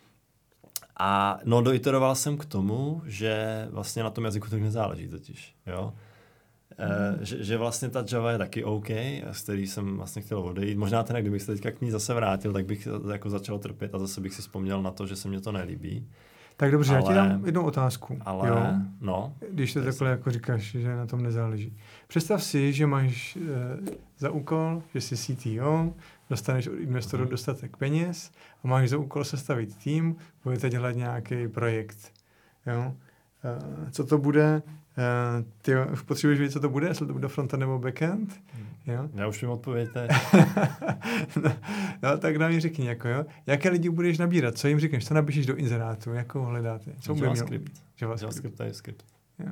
A no doiteroval jsem k tomu, že vlastně na tom jazyku tak nezáleží totiž, jo. Mm. E, že, že vlastně ta Java je taky OK, z který jsem vlastně chtěl odejít. Možná ten, kdybych se teďka k ní zase vrátil, tak bych jako začal trpět a zase bych si vzpomněl na to, že se mě to nelíbí. Tak dobře, ale, já ti dám jednu otázku. Ale, jo? no. Když to takhle jako říkáš, že na tom nezáleží. Představ si, že máš e, za úkol, že jsi C T O, dostaneš od investorů mm. dostatek peněz a máš za úkol sestavit tým, budete dělat nějaký projekt. Jo? E, co to bude? E, ty potřebuješ vědět, co to bude, jestli to bude frontend nebo backend? Jo? Já už vím odpověď teď. no, no, tak nám mi řekni, jako, jo. Jaké lidi budeš nabírat? Co jim říkáš? Co napíšeš do inzerátu? Jakou hledáte? Co JavaScript. JavaScript. JavaScript, TypeScript. Jo.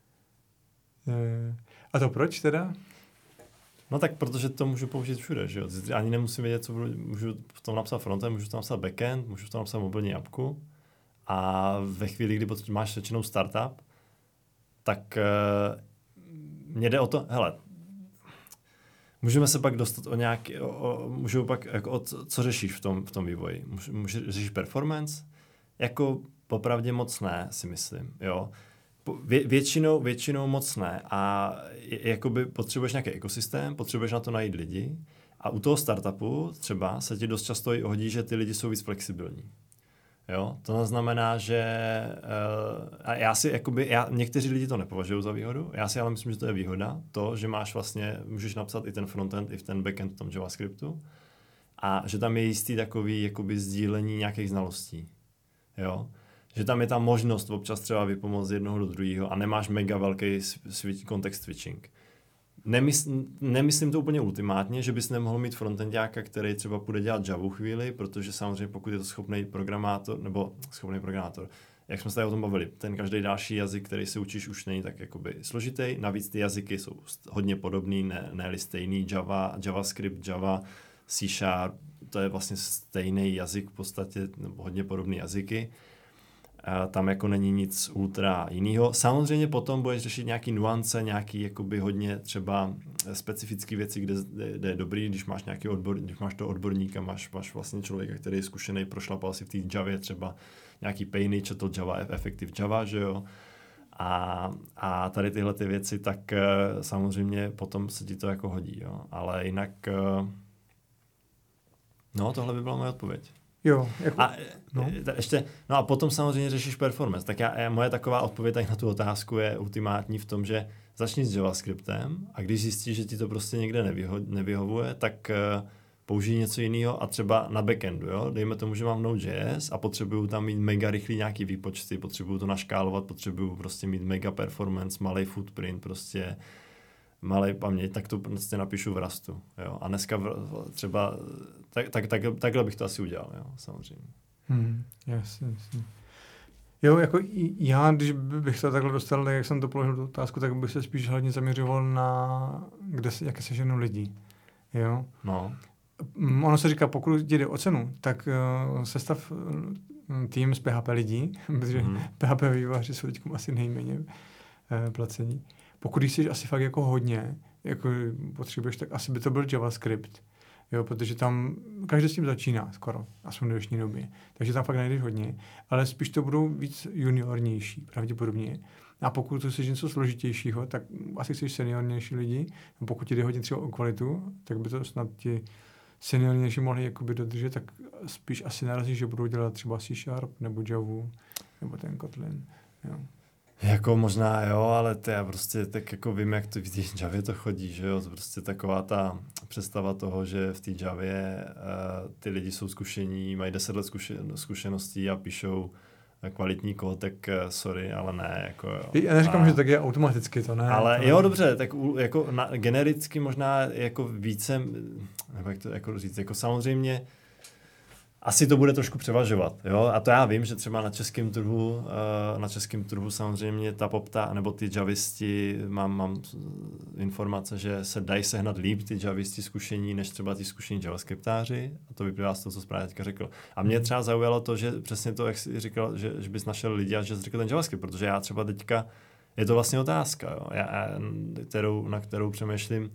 A to proč teda? No tak, protože to můžu použít všude, že jo. Ani nemusím vědět, co budu, můžu v tom napsat frontend, můžu v tom napsat backend, můžu v tom napsat mobilní apku. A ve chvíli, kdy máš většinou startup, tak uh, mě jde o to, hele, můžeme se pak dostat o nějaký, o, o, můžu pak, jako o, co řešíš v tom, v tom vývoji? Můžeš, můžeš řešit performance? Jako popravdě moc ne, si myslím, jo. Vě, většinou, většinou moc ne a jakoby potřebuješ nějaký ekosystém, potřebuješ na to najít lidi a u toho startupu třeba se ti dost často i hodí, že ty lidi jsou víc flexibilní. Jo, to znamená, že uh, a já si jakoby, já, někteří lidi to nepovažují za výhodu, já si ale myslím, že to je výhoda, to, že máš vlastně, můžeš napsat i ten frontend, i v ten backend v tom JavaScriptu a že tam je jistý takový jakoby sdílení nějakých znalostí, jo, že tam je ta možnost občas třeba vypomoct z jednoho do druhého a nemáš mega velký switch, context switching. Nemysl, nemyslím to úplně ultimátně, že bys nemohl mít frontendáka, který třeba půjde dělat Javu chvíli, protože samozřejmě pokud je to schopný programátor, nebo schopný programátor, jak jsme se tady o tom bavili, ten každý další jazyk, který si učíš, už není tak jakoby složitý. Navíc ty jazyky jsou hodně podobný, ne, ne stejný. Java, JavaScript, Java, C Sharp, to je vlastně stejný jazyk v podstatě, nebo hodně podobný jazyky. A tam jako není nic ultra jinýho. Samozřejmě potom budeš řešit nějaký nuance, nějaký jakoby hodně třeba specifické věci, kde, kde je dobrý, když máš nějaký odbor, když máš to odborníka, máš, máš vlastně člověka, který je zkušený, prošlapal si v té Javě třeba nějaký pejny, četl Java, Effective Java, že jo. A, a tady tyhle ty věci, tak samozřejmě potom se ti to jako hodí, jo. Ale jinak, no tohle by byla moje odpověď. Jo, jako, a, no. ještě, no a potom samozřejmě řešíš performance. Tak já, moje taková odpověď tak na tu otázku je ultimátní v tom, že začni s JavaScriptem a když zjistíš, že ti to prostě někde nevyho, nevyhovuje, tak uh, použij něco jiného a třeba na backendu, jo? Dejme tomu, že mám Node.js a potřebuju tam mít mega rychlý nějaký výpočty, potřebuju to naškálovat, potřebuju prostě mít mega performance, malý footprint, prostě malej paměť, tak to prostě napíšu v Rustu. Jo? A dneska v, třeba, tak, tak, tak, takhle bych to asi udělal, jo? Samozřejmě. Hmm, jasně, jasně. Jo, jako já, když bych to takhle dostal, jak jsem to položil tu otázku, tak bych se spíš hlavně zaměřoval na, kde se, jaké se ženou lidi. Jo? No. Ono se říká, pokud jde o cenu, tak uh, sestav uh, tým z P H P lidí, protože mm. P H P vývojáři jsou teď asi nejméně uh, placení. Pokud jsi asi fakt jako hodně, jako potřebuješ, tak asi by to byl JavaScript. Jo, protože tam každý s tím začíná skoro, aspoň v dnešní době. Takže tam fakt najdeš hodně, ale spíš to budou víc juniornější, pravděpodobně. A pokud to jsi něco složitějšího, tak asi jsi seniornější lidi. A pokud ti jde hodně třeba o kvalitu, tak by to snad ti seniornější mohli jakoby dodržet, tak spíš asi narazí, že budou dělat třeba C Sharp nebo Java nebo ten Kotlin. Jo. Jako možná jo, ale to já prostě tak jako vím, jak to v té Javě to chodí, že jo, to prostě taková ta představa toho, že v té Javě uh, ty lidi jsou zkušení, mají deset let zkušen- zkušeností a píšou kvalitní kód, tak uh, sorry, ale ne, jako jo. Já neříkám, a, že tak je automaticky, to ne. Ale to jo, ne. dobře, tak u, jako na, genericky možná jako více, nebo jak to jako říct, jako samozřejmě asi to bude trošku převažovat, jo, a to já vím, že třeba na českém trhu, na českém trhu samozřejmě ta popta, nebo ty javisti, mám, mám informace, že se dají sehnat líp ty javisti zkušení, než třeba ty zkušení javascriptáři, a to vyplývá z toho, co správně teďka řekl. A mě třeba zaujalo to, že přesně to, jak jsi říkal, že, že bys našel lidi a že jsi řekl ten JavaScript, protože já třeba teďka, je to vlastně otázka, jo, já, kterou, na kterou přemýšlím,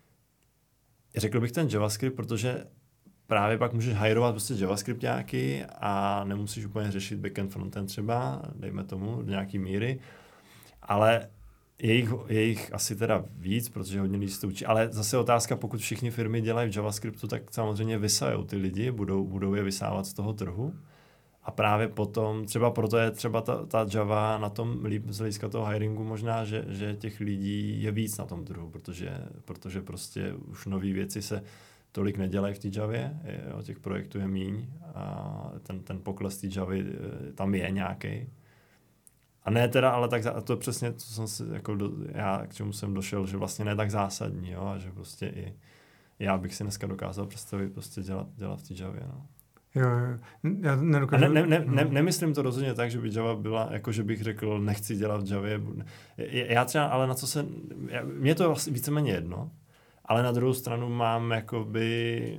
řekl bych ten JavaScript, protože právě pak můžeš hajrovat prostě JavaScriptáky a nemusíš úplně řešit backend, frontend třeba, dejme tomu, do nějaký míry, ale je jich, je jich asi teda víc, protože hodně lidí se to učí, ale zase otázka, pokud všichni firmy dělají v JavaScriptu, tak samozřejmě vysajou ty lidi, budou, budou je vysávat z toho trhu a právě potom, třeba proto je třeba ta, ta Java na tom líp z hlediska toho hiringu možná, že, že těch lidí je víc na tom trhu, protože, protože prostě už nový věci se tolik nedělají v té Javě, jo, těch projektů je míň a ten, ten pokles té Javy tam je nějaký. A ne teda, ale tak to je přesně, co jsem si, jako do, já k čemu jsem došel, že vlastně ne tak zásadní, jo, a že prostě i já bych si dneska dokázal představit prostě dělat, dělat v té Javě, no. Jo, jo. Já nedokážu... A ne, ne, ne, ne, nemyslím to rozhodně tak, že by Java byla, jako že bych řekl, nechci dělat v Javě. Já třeba, ale na co se, já, mě to vlastně víceméně jedno, ale na druhou stranu mám jakoby,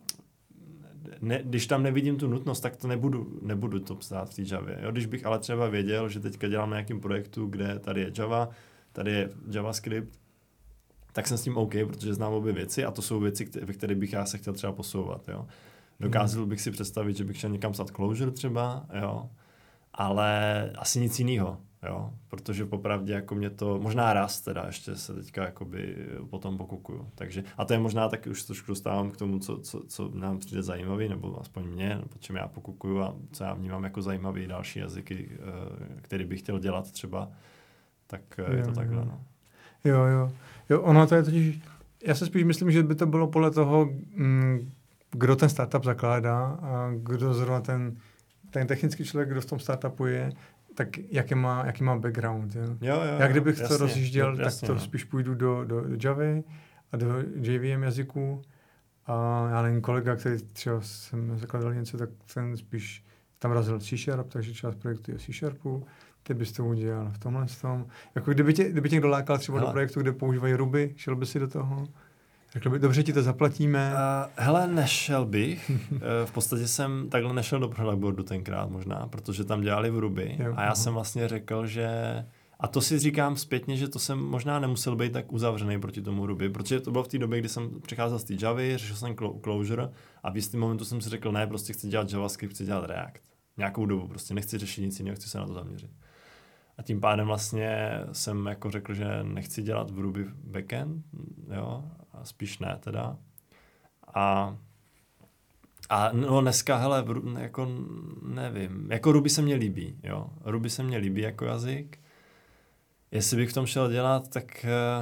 ne, když tam nevidím tu nutnost, tak to nebudu, nebudu to psát v té Javě. Jo? Když bych ale třeba věděl, že teďka dělám na nějakém projektu, kde tady je Java, tady je JavaScript, tak jsem s tím OK, protože znám obě věci a to jsou věci, ve které bych já se chtěl třeba posouvat. Jo? Dokázal bych si představit, že bych šel někam psát Clojure třeba, jo? Ale asi nic jiného. Jo, protože popravdě jako mě to, možná raz teda ještě se teďka jakoby potom pokukuju. Takže, a to je možná taky už trošku dostávám k tomu, co, co, co nám přijde zajímavý, nebo aspoň mě, nebo čem já pokukuju a co já vnímám jako zajímavý další jazyky, který bych chtěl dělat třeba, tak jo, je to takhle. No. Jo, jo. Jo, ono to je totiž, já se spíš myslím, že by to bylo podle toho, kdo ten startup zakládá a kdo zrovna ten, ten technický člověk, kdo v tom startupu je, tak jaký má, jaký má background. Jo? Jo, jo, Já kdybych jasně, to rozjížděl, jasně, tak to no. spíš půjdu do, do, do Javy a do J V M jazyku. A já nevím, kolega, který třeba jsem zakladal něco, tak ten spíš tam razil C Sharp, takže část projektu je C Sharpu, ty bys to udělal v tomhle tom. Jako kdyby tě, kdyby tě někdo lákal třeba hele. do projektu, kde používají Ruby, šel by si do toho? Řekl by, dobře, ti to zaplatíme. Uh, hele, nešel bych. uh, v podstatě jsem takhle nešel do Product tenkrát možná, protože tam dělali v Ruby. Jo, a já aha. jsem vlastně řekl, že... A to si říkám zpětně, že to jsem možná nemusel být tak uzavřený proti tomu Ruby, protože to bylo v té době, kdy jsem přicházel z té Javy, řešil jsem Clojure a v jistém momentu jsem si řekl, ne, prostě chci dělat JavaScript, chci dělat React. Nějakou dobu, prostě nechci řešit nic jiného, chci se na to zaměřit. A tím pádem vlastně jsem jako řekl, že nechci dělat v Ruby backend, jo, a spíš ne teda. A, a no dneska, hele, jako nevím, jako Ruby se mně líbí, jo. Ruby se mně líbí jako jazyk. Jestli bych v tom šel dělat, tak uh,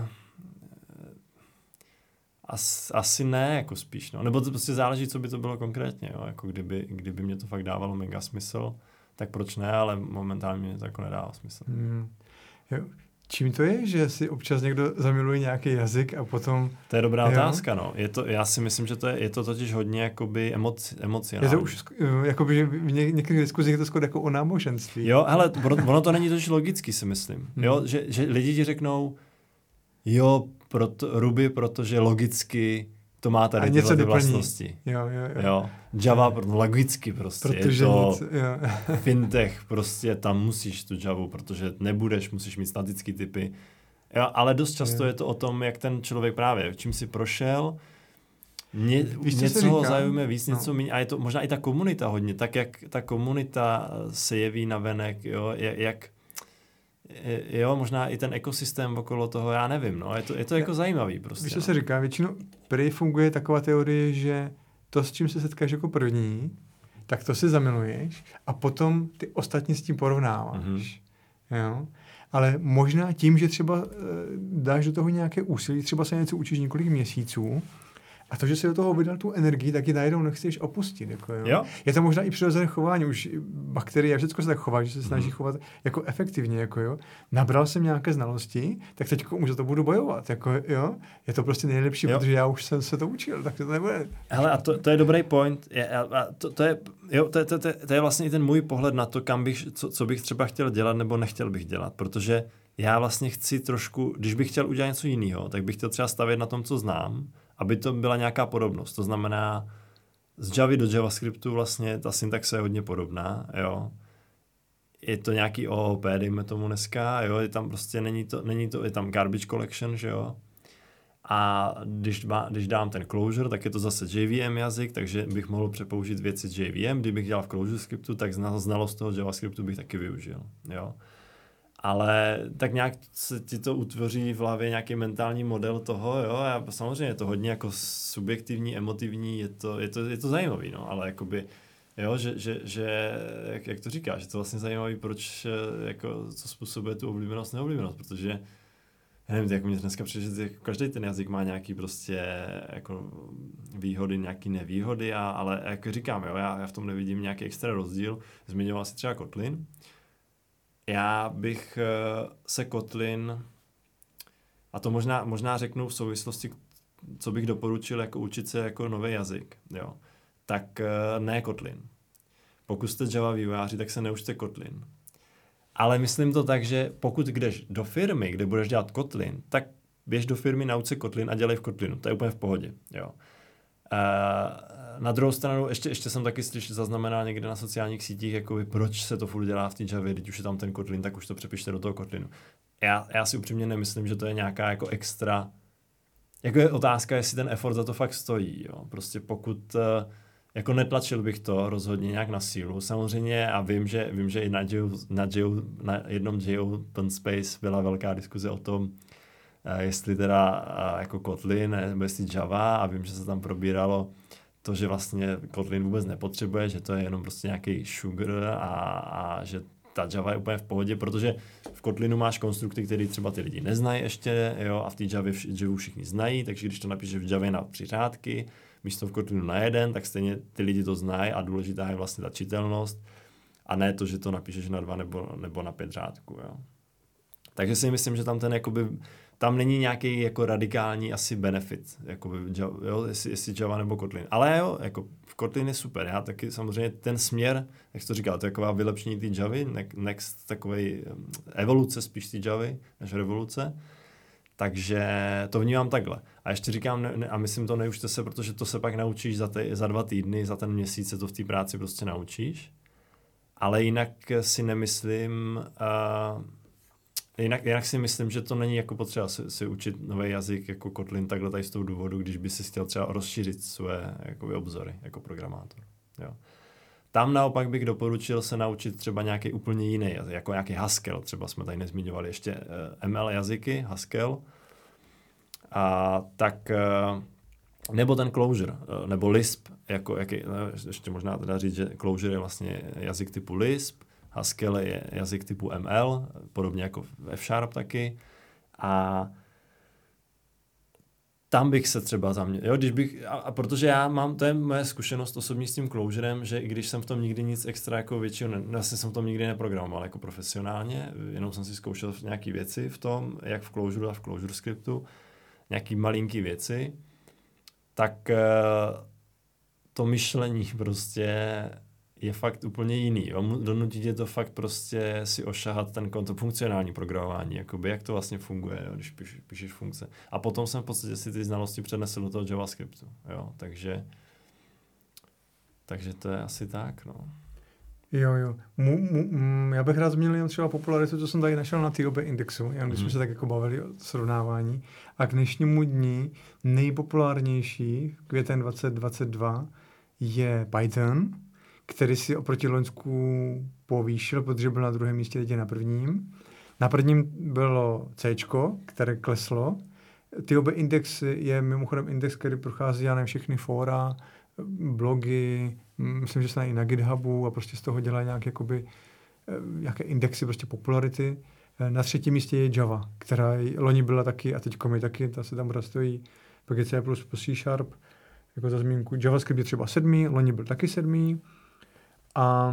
as, asi ne, jako spíš, no. Nebo to prostě záleží, co by to bylo konkrétně, jo. Jako kdyby, kdyby mě to fakt dávalo mega smysl, tak proč ne, ale momentálně mě to jako nedává smysl. Hmm. Jo. Čím to je, že si občas někdo zamiluje nějaký jazyk a potom... To je dobrá jo? otázka, no. Je to, já si myslím, že to je, je to totiž hodně jakoby emoci, emocionální. Je to už, jakoby, že v ně, některých diskuzích je to skoro jako o náboženství. Jo, hele, ono to není totiž logicky, si myslím. Hmm. Jo, že, že lidi ti řeknou, jo, proto, Ruby, protože logicky to má tady tyhle ty vlastnosti. Jo, jo, jo. jo. Java logicky prostě. Protože je to nic, jo. fintech, prostě tam musíš tu Javu, protože nebudeš, musíš mít statický typy. Jo, ale dost často je. je to o tom, jak ten člověk právě, čím si prošel, ně, něco ho zajímá víc, něco no. méně. A je to možná i ta komunita hodně, tak jak ta komunita se jeví navenek, jo, jak jo, možná i ten ekosystém okolo toho, já nevím, no, je to, je to jako zajímavý prostě. Víš, co no. se říká, většinou prý funguje taková teorie, že to, s čím se setkáš jako první, tak to si zamiluješ a potom ty ostatní s tím porovnáváš. Mm-hmm. Jo? Ale možná tím, že třeba e, dáš do toho nějaké úsilí, třeba se něco učíš několik měsíců, a to, že si do toho vydal tu energii, tak ji najednou nechceš opustit. Jako, jo? Jo. Je to možná i přirozené chování. Už bakterie a všechno se tak chová, že se snaží mm. chovat jako efektivně. Jako, jo? Nabral jsem nějaké znalosti, tak teď už za to budu bojovat. Jako, jo? Je to prostě nejlepší, jo. protože já už jsem se to učil, tak to nebude. Hele, a to, to je dobrý point. Je, a to, to, je, jo, to, to, to, to je vlastně i ten můj pohled na to, kam bych, co, co bych třeba chtěl dělat nebo nechtěl bych dělat. Protože já vlastně chci trošku, když bych chtěl udělat něco jiného, tak bych chtěl třeba stavět na tom, co znám, aby to byla nějaká podobnost. To znamená, z Javy do JavaScriptu vlastně ta syntaxe je hodně podobná, jo. Je to nějaký O O P, dejme tomu dneska, jo, je tam prostě, není to, není to, je tam garbage collection, že jo. A když, má, když dám ten Clojure, tak je to zase J V M jazyk, takže bych mohl přepoužít věci z J V M, kdybych dělal v Clojure scriptu, tak znalost toho JavaScriptu bych taky využil, jo. Ale tak nějak se ti to utvoří v hlavě nějaký mentální model toho, jo, a samozřejmě je to hodně jako subjektivní, emotivní, je to, je to, je to zajímavý, no, ale jakoby, jo, že, že, že jak, jak to říkáš, je to vlastně zajímavý, proč, jako, co způsobuje tu oblíbenost, neoblíbenost, protože, já nevím, jako mě dneska přijde, že každý ten jazyk má nějaký prostě, jako výhody, nějaký nevýhody, a, ale jak říkám, jo, já, já v tom nevidím nějaký extra rozdíl, zmiňoval si třeba Kotlin. Já bych se Kotlin, a to možná, možná řeknu v souvislosti, co bych doporučil jako učit se jako nový jazyk, jo, tak ne Kotlin. Pokud jste Java vývojáři, tak se neučte Kotlin. Ale myslím to tak, že pokud jdeš do firmy, kde budeš dělat Kotlin, tak běž do firmy, nauč se Kotlin a dělej v Kotlinu. To je úplně v pohodě, jo. Uh, na druhou stranu, ještě, ještě jsem taky slyšel, zaznamenal někde na sociálních sítích, jakoby, proč se to furt dělá v té Javě, když už je tam ten Kotlin, tak už to přepište do toho Kotlinu. Já, já si upřímně nemyslím, že to je nějaká jako extra, jako je otázka, jestli ten effort za to fakt stojí, jo. Prostě pokud, uh, jako netlačil bych to rozhodně nějak na sílu. Samozřejmě a vím, že, vím, že i na, J, na, J, na jednom J Open Space byla velká diskuze o tom, uh, jestli teda uh, jako Kotlin, nebo jestli Java, a vím, že se tam probíralo to, že vlastně Kotlin vůbec nepotřebuje, že to je jenom prostě nějaký sugar a, a že ta Java je úplně v pohodě, protože v Kotlinu máš konstrukty, které třeba ty lidi neznají ještě, jo, a v té Javě Javu všichni znají, takže když to napíšeš v Javě na tři řádky, místo v Kotlinu na jeden, tak stejně ty lidi to znají a důležitá je vlastně ta čitelnost a ne to, že to napíšeš na dva nebo, nebo na pět řádků, jo. Takže si myslím, že tam ten jakoby, tam není nějaký jako radikální asi benefit, jakoby, jo, jestli, jestli Java nebo Kotlin. Ale jo, jako v Kotlin je super, já taky samozřejmě ten směr, jak jsi to říkal, to je taková vylepšení té Javy, next takovej evoluce spíš té Javy, než revoluce. Takže to vnímám takhle. A ještě říkám, ne, ne, a myslím to neučte se, protože to se pak naučíš za, te, za dva týdny, za ten měsíc se to v té práci prostě naučíš. Ale jinak si nemyslím, uh, jinak, jinak si myslím, že to není jako potřeba si, si učit nový jazyk jako Kotlin takhle tady z toho důvodu, když by si chtěl třeba rozšířit své jakoby, obzory jako programátor. Jo. Tam naopak bych doporučil se naučit třeba nějaký úplně jiný jazyk, jako nějaký Haskell, třeba jsme tady nezmiňovali ještě uh, M L jazyky, Haskell, a tak, uh, nebo ten Clojure, uh, nebo Lisp, jako jaký, uh, ještě možná teda říct, že Clojure je vlastně jazyk typu Lisp, Haskell je jazyk typu M L, podobně jako F Sharp taky, a tam bych se třeba zaměřil, jo, když bych, a, a protože já mám, to je moje zkušenost osobní s tím Clojurem, že i když jsem v tom nikdy nic extra jako většího, ne, vlastně jsem v tom nikdy neprogramoval jako profesionálně, jenom jsem si zkoušel nějaký věci v tom, jak v Clojure a v Clojure scriptu, nějaký malinký věci, tak to myšlení prostě je fakt úplně jiný. Donutit je to fakt prostě si ošahat ten konto funkcionální programování, jakoby, jak to vlastně funguje, jo, když píš, píšeš funkce. A potom jsem v podstatě si ty znalosti přenesl do toho JavaScriptu. Jo, takže, takže to je asi tak, no. Jo, jo. Mu, mu, m, já bych rád zmínil třeba popularitu, co jsem tady našel na T O B indexu, jen když mm. jsme se tak jako bavili o srovnávání. A k dnešnímu dní nejpopulárnější, květen dvacet dvacet dva, je Python, který si oproti loňsku povýšil, protože byl na druhém místě, teď je na prvním. Na prvním bylo C, které kleslo. T O B index je mimochodem index, který prochází, já nevím, všechny fóra, blogy, myslím, že se i na GitHubu a prostě z toho dělají nějaké, jakoby, nějaké indexy prostě popularity. Na třetím místě je Java, která loni byla taky a teď je taky, ta se tam stojí, pak je C plus plus C Sharp, jako za zmínku. JavaScript je třeba sedmý, loni byl taky sedmý. A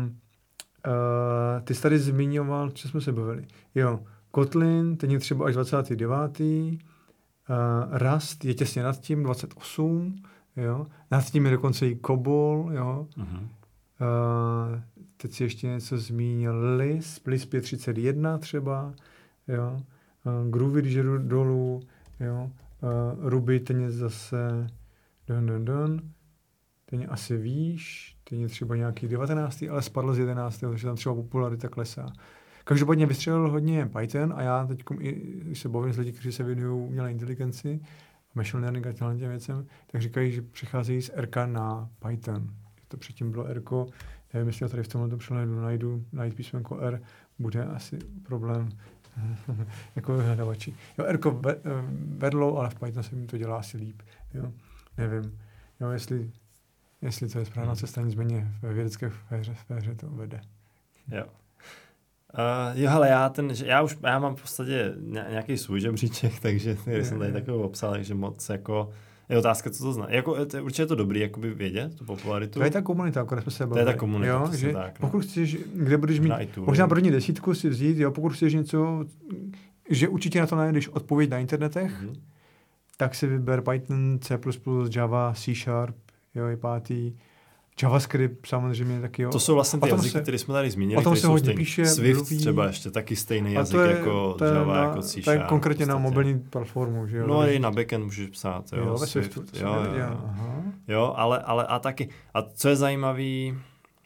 uh, ty jsi tady zmiňoval, co jsme se bavili. Jo, Kotlin, ten je třeba až dvacátý devátý Uh, Rust je těsně nad tím, dvacet osm. Jo. Nad tím je dokonce i Cobol. Jo. Uh-huh. Uh, teď si ještě něco zmínil. Lisp, Lisp je třicet jedna třeba. Jo. Uh, Groovy, když jdu dolů. Jo. Uh, Ruby, ten je zase dun, dun, dun. Ten je asi výš, ten je třeba nějaký devatenáctý, ale spadl z jedenáctého takže tam třeba popularita klesá. Každopádně vystřelil hodně Python a já teď, když se bavím s lidí, kteří se věnují umělé inteligenci, machine learning a těm věcem, tak říkají, že přicházejí z R K na Python. To předtím bylo R K, nevím, jestli já tady v tomhle přehledu najdu, najít písmenko R, bude asi problém jako vyhledavači. Jo, R K vedlo, ale v Python se mi to dělá asi líp. Jo, nevím. Jo, jestli Jestli to je správná cesta, nicméně ve vědecké sféře, sféře to vede. Jo. Uh, jo, ale já, ten, já už já mám v podstatě nějaký svůj žebříček, takže je, jsem tady takovou obsal, takže moc jako je otázka, co to zná. Jako, to, určitě je to dobrý, jakoby vědět, tu popularitu. To je ta komunita, o které jsme se To bavili. je ta komunita, jo, že tak. Pokud chceš, kde budeš mít, možná první desítku si vzít, jo, pokud chceš něco, že určitě na to najdeš odpověď na internetech, mm-hmm. tak si vyber Python, C plus plus, Java, C Sharp, jo, je pátý. JavaScript samozřejmě taky, jo. To jsou vlastně ty jazyky, se, které jsme tady zmínili, které jsou stejný. Píše, Swift mluví, třeba ještě taky stejný jazyk je, jako je Java, na, jako C Sharp. To je konkrétně na mobilní platformu, že jo. No i na backend můžeš psát, jo, jo Swift. Swiftu, jo, jo, jo. Aha. jo, ale, ale a taky. A co je zajímavý,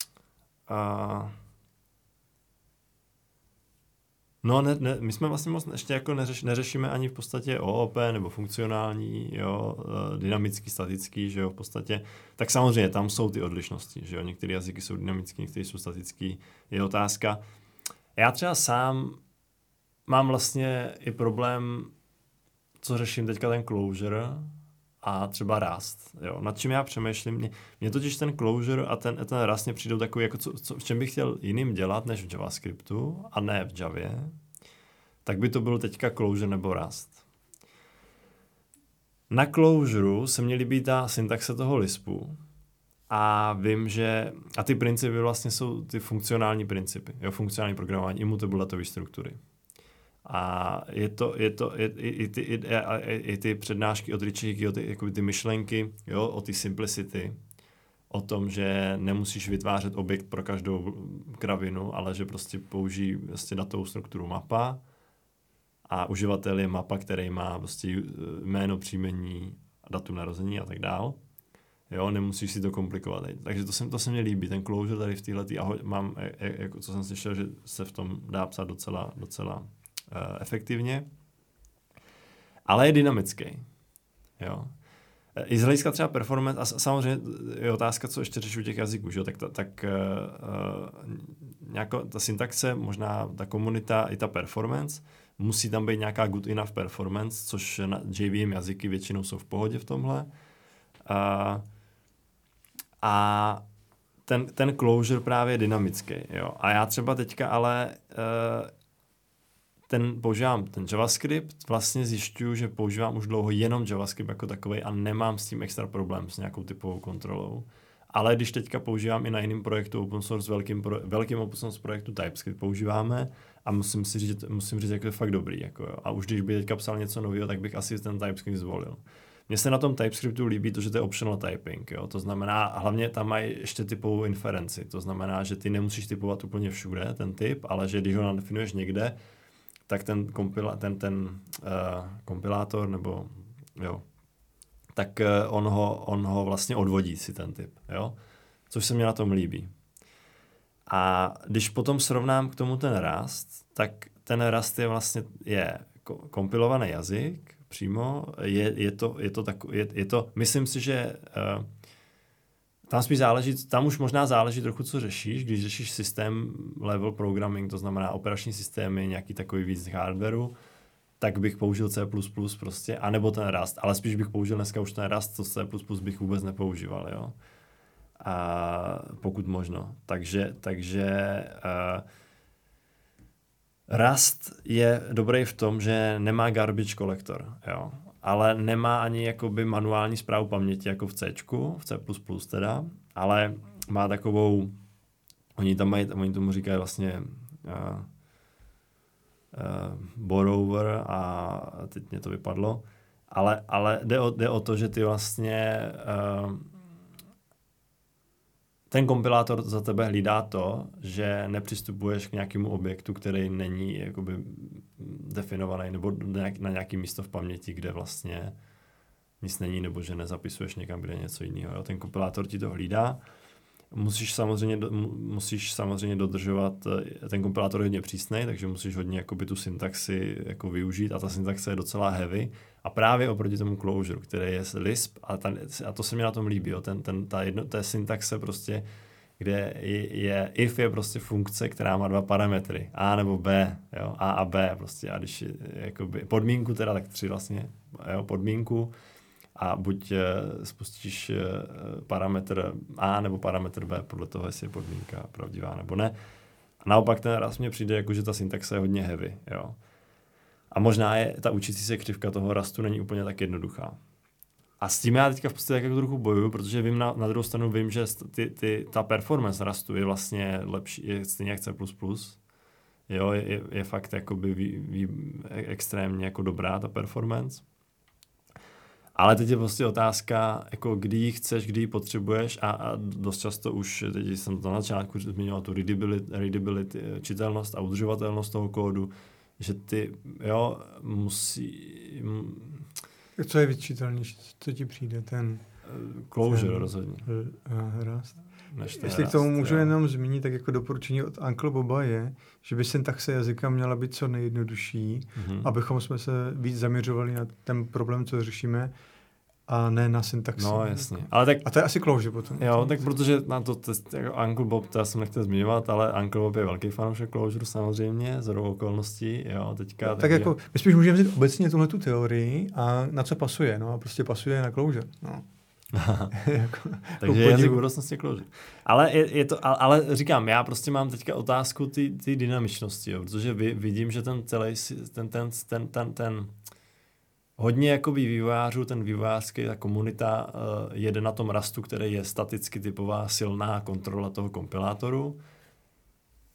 a no, ne, ne, my jsme vlastně moc ještě jako neřeš, neřešíme ani v podstatě O O P nebo funkcionální, jo, dynamický, statický, že jo, v podstatě. Tak samozřejmě tam jsou ty odlišnosti, že jo, některé jazyky jsou dynamický, některé jsou statický, je otázka. Já třeba sám mám vlastně i problém, co řeším teďka ten Clojure a třeba Rust, jo, nad čím já přemýšlím. Mě, mě totiž ten Clojure a ten, ten Rust mě přijdou takový, jako co, co, v čem bych chtěl jiným dělat, než v JavaScriptu a ne v Javě, tak by to bylo teďka Clojure nebo Rust. Na Clojure se měly být ta syntaxe toho Lispu a vím, že a ty principy vlastně jsou ty funkcionální principy, jo, funkcionální programování, imutableové struktury. A je to, je to, je, i, i, ty, i, i ty přednášky od Richie Hickeyho, ty, jako ty myšlenky, jo, o ty simplicity, o tom, že nemusíš vytvářet objekt pro každou kravinu, ale že prostě použijí vlastně datovou strukturu mapa a uživatel je mapa, který má prostě jméno, příjmení, datum narození a tak dál. Jo, nemusíš si to komplikovat. Takže to se, to se mně líbí, ten closure tady v téhletý, a mám, jako, co jsem slyšel, že se v tom dá psát docela, docela uh, efektivně, ale je dynamický. Jo. I z hlediska třeba performance, a samozřejmě je otázka, co ještě řeší u těch jazyků, že? tak, tak uh, nějako, ta syntaxe, možná ta komunita i ta performance, musí tam být nějaká good enough performance, což na J V M jazyky většinou jsou v pohodě v tomhle. Uh, a ten, ten closure právě je dynamický. Jo? A já třeba teďka ale uh, ten používám ten JavaScript, vlastně zjišťuju, že používám už dlouho jenom JavaScript jako takovej a nemám s tím extra problém s nějakou typovou kontrolou. Ale když teďka používám i na jiném projektu open source, velkým, pro, velkým open source projektu TypeScript používáme a musím si říct, musím říct, jak to je fakt dobrý. Jako jo. A už když bych teďka psal něco nového, tak bych asi ten TypeScript zvolil. Mně se na tom TypeScriptu líbí to, že to je optional typing. Jo. To znamená, hlavně tam mají ještě typovou inferenci. To znamená, že ty nemusíš typovat úplně všude ten typ, ale že když ho nadefinuješ někde, tak ten, kompila, ten, ten uh, kompilátor nebo jo, tak uh, on, ho, on ho vlastně odvodí si ten typ, jo, což se mě na tom líbí. A když potom srovnám k tomu ten Rust, tak ten Rust je vlastně je kompilovaný jazyk přímo, je, je, to, je, to tak, je, je to, myslím si, že uh, tam spíš záleží, tam už možná záleží trochu, co řešíš, když řešíš systém level programming, to znamená operační systémy, nějaký takový víc hardwareu, tak bych použil C plus plus prostě, anebo ten Rust, ale spíš bych použil dneska už ten Rust, to C plus plus bych vůbec nepoužíval, jo. A pokud možno. Takže, takže uh, Rust je dobrý v tom, že nemá garbage collector, jo. Ale nemá ani jakoby manuální správu paměti jako v C, v C plus plus teda, ale má takovou, oni tam mají, oni tomu říkají vlastně uh, uh, borover a teď mě to vypadlo, ale, ale jde, o, jde o to, že ty vlastně uh, ten kompilátor za tebe hlídá to, že nepřistupuješ k nějakému objektu, který není jakoby definovaný, nebo na nějaké místo v paměti, kde vlastně nic není, nebo že nezapisuješ někam, kde je něco jiného. Jo? Ten kompilátor ti to hlídá. Musíš samozřejmě, musíš samozřejmě dodržovat, ten kompilátor je hodně přísnej, takže musíš hodně jakoby tu syntaxi jako využít a ta syntaxe je docela heavy. A právě oproti tomu closure, který je Lisp, a, ta, a to se mi na tom líbí, jo? Ten, ten, ta, jedno, ta syntaxe prostě, kde je, je, if je prostě funkce, která má dva parametry, A nebo B, jo? A a B prostě, a když je, jakoby, podmínku teda, tak tři vlastně, jo? Podmínku, a buď uh, spustíš uh, parametr A nebo parametr B, podle toho, jestli je podmínka pravdivá nebo ne. A naopak ten Rust mně přijde, jako, že ta syntaxe je hodně heavy. Jo. A možná je ta učící se křivka toho Rustu není úplně tak jednoduchá. A s tím já teďka v podstatě jako trochu bojuju, protože vím na, na druhou stranu vím, že ty, ty, ta performance Rustu je vlastně lepší, je stejně jak C plus plus. Jo, je, je fakt jakoby vý, vý, extrémně jako dobrá ta performance. Ale teď je prostě otázka, jako kdy ji chceš, kdy ji potřebuješ a, a dost často už, teď jsem to na začátku zmiňoval, tu readability, readability, čitelnost a udržovatelnost toho kódu, že ty, jo, musí... Co je vyčitelnější? Co ti přijde? Ten... Closure ten, rozhodně. Rust. Jestli Rust, k tomu můžu jo. jenom zmínit, tak jako doporučení od Uncle Boba je, že by syntaxe jazyka měla být co nejjednodušší, mm-hmm. abychom jsme se víc zaměřovali na ten problém, co řešíme, a ne na syntaxi. No, jasně. Ale tak, a to je asi closure potom. Jo, tak protože na to, to jako Uncle Bob, to já jsem nechtěl zmiňovat, ale Uncle Bob je velký fanoušek closure samozřejmě, z okolností, jo, teďka. No, tak takže... jako, my spíš můžeme vzít obecně tuhletu teorii a na co pasuje, no a prostě pasuje na closure, no. jako, takže je jazyk budoucnosti closure. Ale, je, je to, ale, ale říkám, já prostě mám teďka otázku ty dynamičnosti, jo, protože vy, vidím, že ten celý, ten, ten, ten, ten, ten hodně jakoby vývojářů, ten vývojářský, ta komunita uh, jede na tom Rustu, který je staticky typová silná kontrola toho kompilátoru.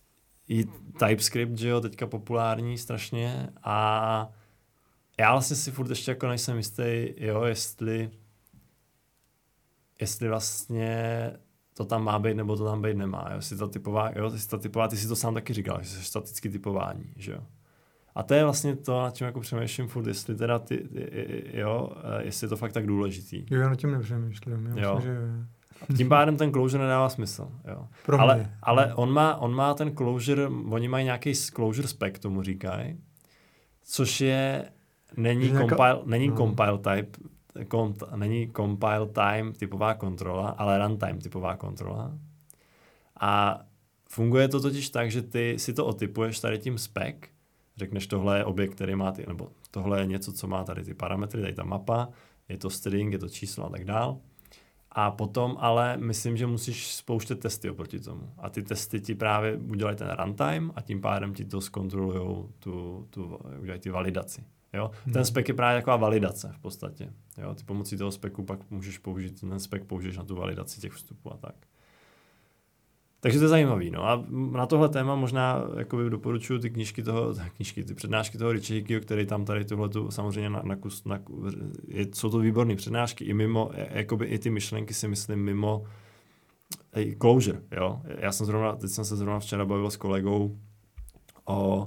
i TypeScript, že jo, teďka populární strašně a já vlastně si furt ještě jako nejsem jistý, jo, jestli jestli vlastně to tam má být, nebo to tam být nemá. Jo? Jestli ta typová, jo, jestli ta typová, ty si to sám taky říkal, že jsi statický typování, že jo. A to je vlastně to, nad čím jako přemýšlím furt, jestli teda ty, jo, jestli je to fakt tak důležitý. Jo, já nad tím nepřemýšlím, já jo. myslím, že A tím pádem ten closure nedává smysl, jo. Pro ale, mě. ale on má, on má ten closure, oni mají nějaký closure spec, tomu říkají, což je, není, nějaká, compile, není no. compile type, Kont, není compile time typová kontrola, ale runtime typová kontrola. A funguje to totiž tak, že ty si to otypuješ tady tím spec, řekneš, tohle je objekt, který má ty, nebo tohle je něco, co má tady ty parametry, tady ta mapa, je to string, je to číslo a tak dál. A potom ale myslím, že musíš spouštět testy oproti tomu. A ty testy ti právě udělají ten runtime a tím pádem ti to zkontrolujou, tu, tu, udělají ty validaci. Jo? Hmm. Ten spec je právě taková validace v podstatě. Jo? Ty pomocí toho specu pak můžeš použít, ten spec použiješ na tu validaci těch vstupů a tak. Takže to je zajímavý. No. A na tohle téma možná jakoby doporučuji ty knížky toho, knížky, ty přednášky toho Richie Hickeyho, který tam tady tuhletu samozřejmě na, na kus, na, je, jsou to výborné přednášky i mimo, jakoby i ty myšlenky si myslím mimo ej, closure, jo. Já jsem zrovna, teď jsem se zrovna včera bavil s kolegou o,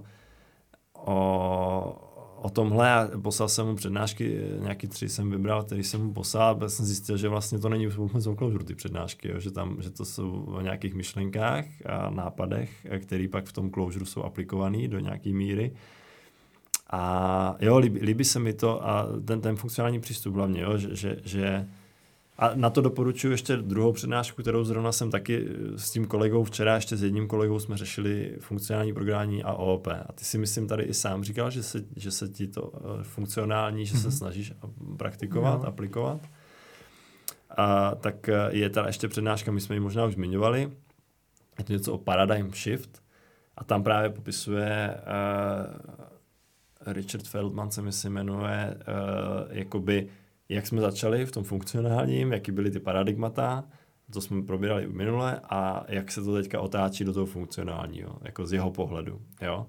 o o tomhle a poslal jsem mu přednášky, nějaký tři jsem vybral, který jsem mu poslal a jsem zjistil, že vlastně to není vůbec o closure, ty přednášky, jo? Že, tam, že to jsou o nějakých myšlenkách a nápadech, které pak v tom closure jsou aplikované do nějaké míry. A jo, líbí, líbí se mi to a ten, ten funkcionální přístup hlavně, jo? Že, že, že a na to doporučuji ještě druhou přednášku, kterou zrovna jsem taky s tím kolegou včera, ještě s jedním kolegou jsme řešili funkcionální programování a O O P. A ty si myslím tady i sám říkal, že se, že se ti to funkcionální, že mm-hmm. se snažíš praktikovat, no. aplikovat. A tak je tady ještě přednáška, my jsme ji možná už zmiňovali, je to něco o paradigm shift a tam právě popisuje uh, Richard Feldman se mi se jmenuje uh, jakoby jak jsme začali v tom funkcionálním, jaký byly ty paradigmata, to jsme probírali minule a jak se to teďka otáčí do toho funkcionálního, jako z jeho pohledu, jo.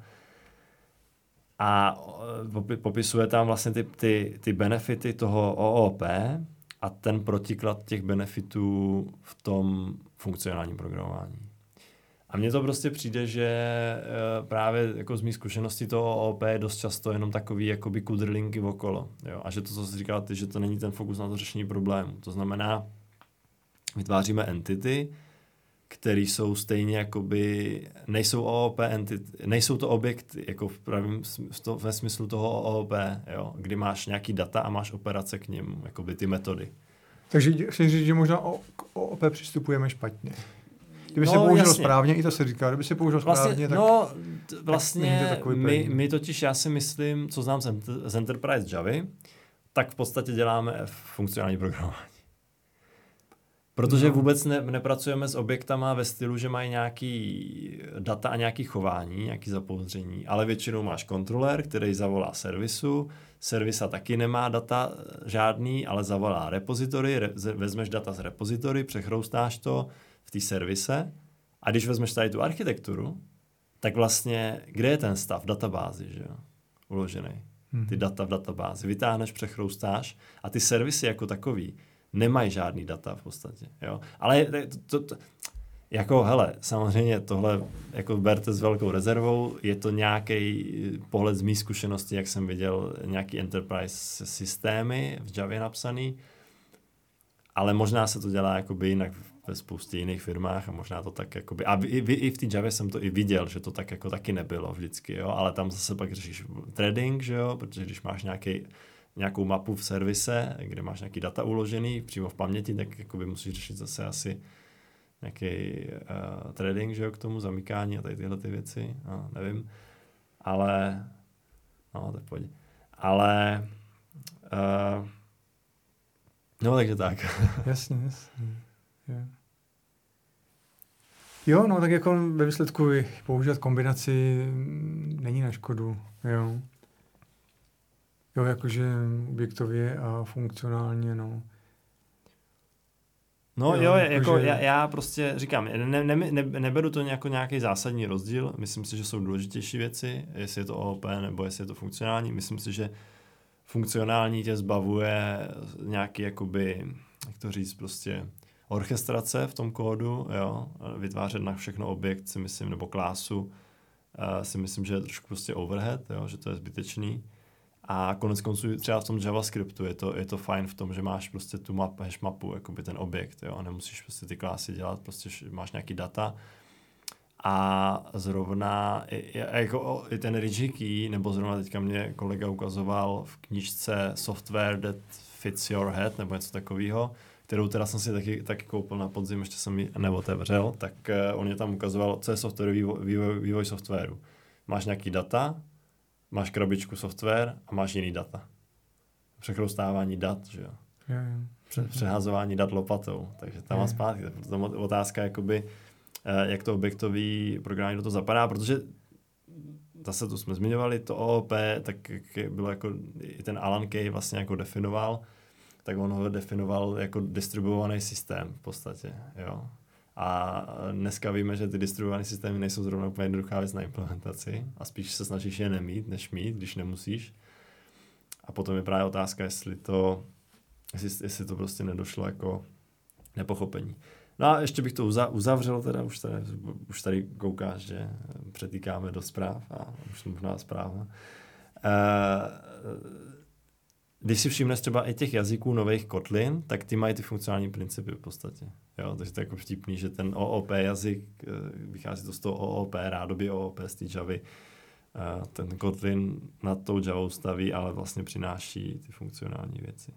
A popisuje tam vlastně ty, ty, ty benefity toho O O P a ten protiklad těch benefitů v tom funkcionálním programování. A mně to prostě přijde, že právě jako z mých zkušeností toho O O P je dost často jenom takový jakoby kudrlinky okolo. Jo? A že to, co jsi říkal ty, že to není ten fokus na to řešení problému. To znamená, vytváříme entity, které jsou stejně jakoby, nejsou O O P entity, nejsou to objekty, jako v pravým, ve smyslu toho O O P, jo? Kdy máš nějaký data a máš operace k nim, jakoby ty metody. Takže chci říct, že možná o O O P přistupujeme špatně. Kdyby no, se použil jasně. správně, i to se říká, kdyby se použil vlastně, správně, tak... No, t- vlastně tak my, my totiž, já si myslím, co znám z Enterprise Javy, tak v podstatě děláme funkcionální programování. Protože no. vůbec ne, nepracujeme s objektama ve stylu, že mají nějaký data a nějaký chování, nějaký zapouzdření, ale většinou máš kontroler, který zavolá servisu, servisa taky nemá data žádný, ale zavolá repozitory, re, vezmeš data z repozitory, přechroustáš to v té servise a když vezmeš tady tu architekturu, tak vlastně, kde je ten stav v databázi, že jo, uložený? Ty data v databázi. Vytáhneš, přechroustáš a ty servisy jako takový nemají žádný data v podstatě, jo. Ale to, to, to, jako, hele, samozřejmě tohle jako berte s velkou rezervou, je to nějaký pohled z mých zkušeností, jak jsem viděl nějaký enterprise systémy v Javě napsaný, ale možná se to dělá jakoby jinak ve spoustě jiných firmách a možná to tak jakoby, a i, i v té Javě jsem to i viděl, že to tak jako taky nebylo vždycky, jo, ale tam zase pak řešíš threading, že jo, protože když máš nějaký nějakou mapu v servise, kde máš nějaký data uložený přímo v paměti, tak jakoby musíš řešit zase asi nějaký uh, threading, že jo, k tomu zamykání a tady tyhle ty věci, no, nevím, ale no, tak pojď. Ale uh, no, takže tak. Jasně, jasně. Jo. jo, no tak jako ve výsledku používat kombinaci není na škodu, jo. Jo, jakože objektově a funkcionálně, no. No jo, jo jako že... já, já prostě říkám, ne, ne, ne, neberu to jako nějaký zásadní rozdíl, myslím si, že jsou důležitější věci, jestli je to O O P nebo jestli je to funkcionální, myslím si, že funkcionální tě zbavuje nějaký jakoby, jak to říct, prostě orchestrace v tom kódu, jo, vytvářet na všechno objekt, si myslím, nebo klásu, uh, si myslím, že je trošku prostě overhead, jo, že to je zbytečný. A konec konců třeba v tom JavaScriptu je to, je to fajn v tom, že máš prostě tu map, hash mapu, jakoby ten objekt, jo, a nemusíš prostě ty klásy dělat, prostě máš nějaký data. A zrovna i, jako i ten Ridge Key, nebo zrovna teďka mě kolega ukazoval v knížce Software That Fits Your Head, nebo něco takového, kterou teda jsem si taky, taky koupil na podzim, ještě jsem ji neotevřel, tak uh, on mě tam ukazoval, co je software, vývoj, vývoj, vývoj softwaru. Máš nějaký data, máš krabičku software a máš jiný data. Přechrostávání dat, že jo. Yeah, yeah. Pře- přehazování dat lopatou, takže tam yeah. má zpátky. Tam otázka, jakoby, jak to objektový programování do toho zapadá, protože zase tu jsme zmiňovali, to O O P, tak bylo jako, i ten Alan Kay vlastně jako definoval, tak on ho definoval jako distribuovaný systém v podstatě, jo. A dneska víme, že ty distribuované systémy nejsou zrovna úplně jednoduchá věc na implementaci a spíš se snažíš je nemít, než mít, když nemusíš. A potom je právě otázka, jestli to, jestli, jestli to prostě nedošlo jako nepochopení. No a ještě bych to uzavřel, teda už tady, už tady koukáš, že přetýkáme do zpráv a už to možná zpráva. Když si všimneš třeba i těch jazyků nových Kotlin, tak ty mají ty funkcionální principy v podstatě. Jo, takže to je jako vtipný, že ten O O P jazyk, vychází to z toho O O P, rádoby O O P z té Javy, ten Kotlin nad tou Javou staví, ale vlastně přináší ty funkcionální věci.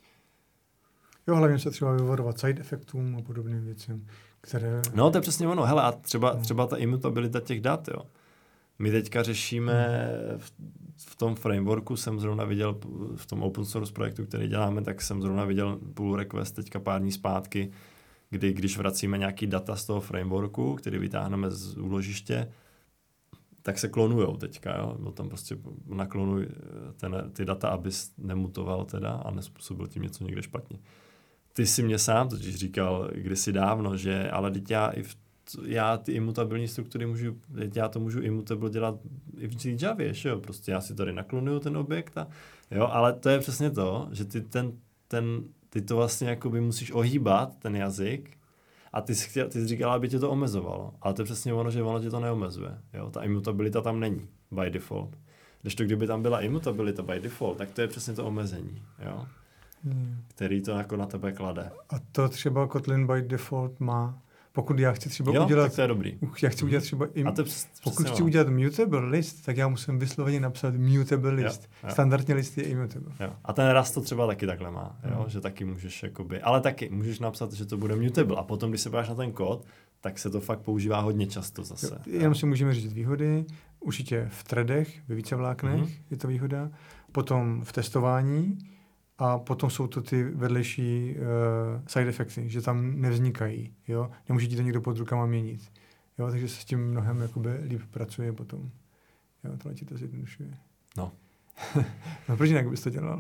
Jo, hlavně se třeba vyvarovat side efektům a podobným věcem, které... No, to je přesně ono. Hele, a třeba, třeba ta imutabilita těch dat, jo. My teďka řešíme, v, v tom frameworku jsem zrovna viděl, v tom open source projektu, který děláme, tak jsem zrovna viděl pull request teďka pár dní zpátky, kdy když vracíme nějaký data z toho frameworku, který vytáhneme z úložiště, tak se klonujou teďka, jo. No tam prostě naklonuj ten, ty data, abys nemutoval teda a nezpůsobil tím něco někde špatně. Ty jsi mě sám totiž říkal kdysi dávno, že ale teď já, i v, já ty imutabilní struktury můžu, teď já to můžu imutable dělat i v Javě, že jo, prostě já si tady naklonuju ten objekt a jo, ale to je přesně to, že ty, ten, ten, ty to vlastně jakoby musíš ohýbat, ten jazyk, a ty jsi, chtěl, ty jsi říkala, aby tě to omezovalo, ale to je přesně ono, že ono tě to neomezuje, jo, ta imutabilita tam není by default. Když to, kdyby tam byla imutabilita by default, tak to je přesně to omezení, jo. Hmm. Který to jako na tebe klade. A to třeba Kotlin by default má. Pokud já chci třeba jo, udělat... tak to je dobrý. Já chci udělat třeba... Im, a to přes, pokud chci udělat mutable list, tak já musím vysloveně napsat mutable list. Jo, jo. Standardně list je immutable. Jo. A ten Rust to třeba taky takhle má, jo? Hmm. Že taky můžeš jakoby... Ale taky můžeš napsat, že to bude mutable. A potom, když se podíváš na ten kód, tak se to fakt používá hodně často zase. Jo, jenom si můžeme říct výhody. Určitě v threadech, ve vícevláknech mm-hmm. je to výhoda. Potom v testování. A potom jsou to ty vedlejší uh, side effecty, že tam nevznikají, jo. Nemůže ti to někdo pod rukama měnit, jo. Takže se s tím mnohem jakoby líp pracuje potom. Jo, tohle ti to zjednodušuje. No. No proč jinak bys to dělal?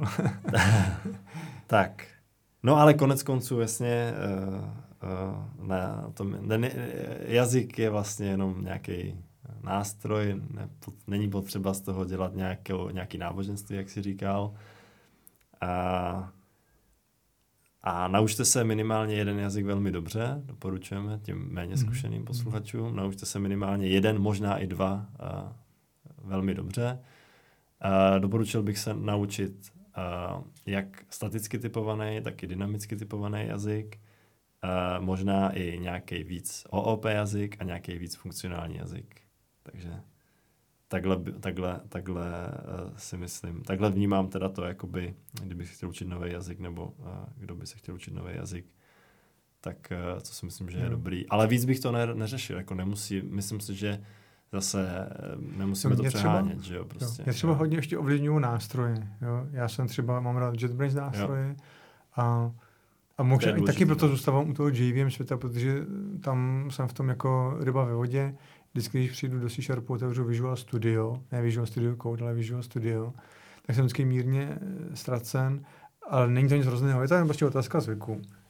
Tak. No ale konec konců jasně uh, uh, ne, to, ne, jazyk je vlastně jenom nějaký nástroj, ne, není potřeba z toho dělat nějakou, nějaký náboženství, jak jsi říkal. A, a naučte se minimálně jeden jazyk velmi dobře, doporučujeme těm méně zkušeným posluchačům. Naučte se minimálně jeden, možná i dva a, velmi dobře. A, doporučil bych se naučit a, jak staticky typovaný, tak i dynamicky typovaný jazyk. A, možná i nějaký víc O O P jazyk a nějaký víc funkcionální jazyk. Takže Takhle, takhle, takhle uh, si myslím, takhle vnímám teda to, jakoby, kdybych chtěl učit nový jazyk, nebo uh, kdo by se chtěl učit nový jazyk, tak uh, co si myslím, že je mm. dobrý. Ale víc bych to ne, neřešil, jako nemusí, myslím si, že zase uh, nemusíme to přehánět, že jo, prostě. Jo. Já třeba hodně ještě ovlivňuju nástroje, jo. Já jsem třeba, mám rád JetBrains nástroje jo. a a možná i taky proto zůstávám u toho J V M světa, protože tam jsem v tom jako ryba ve vodě. Vždycky, když přijdu do C Sharpu, otevřu Visual Studio, ne Visual Studio Code, ale Visual Studio, tak jsem vždycky mírně ztracen, ale není to nic hrozného, je to jen prostě otázka zvyku.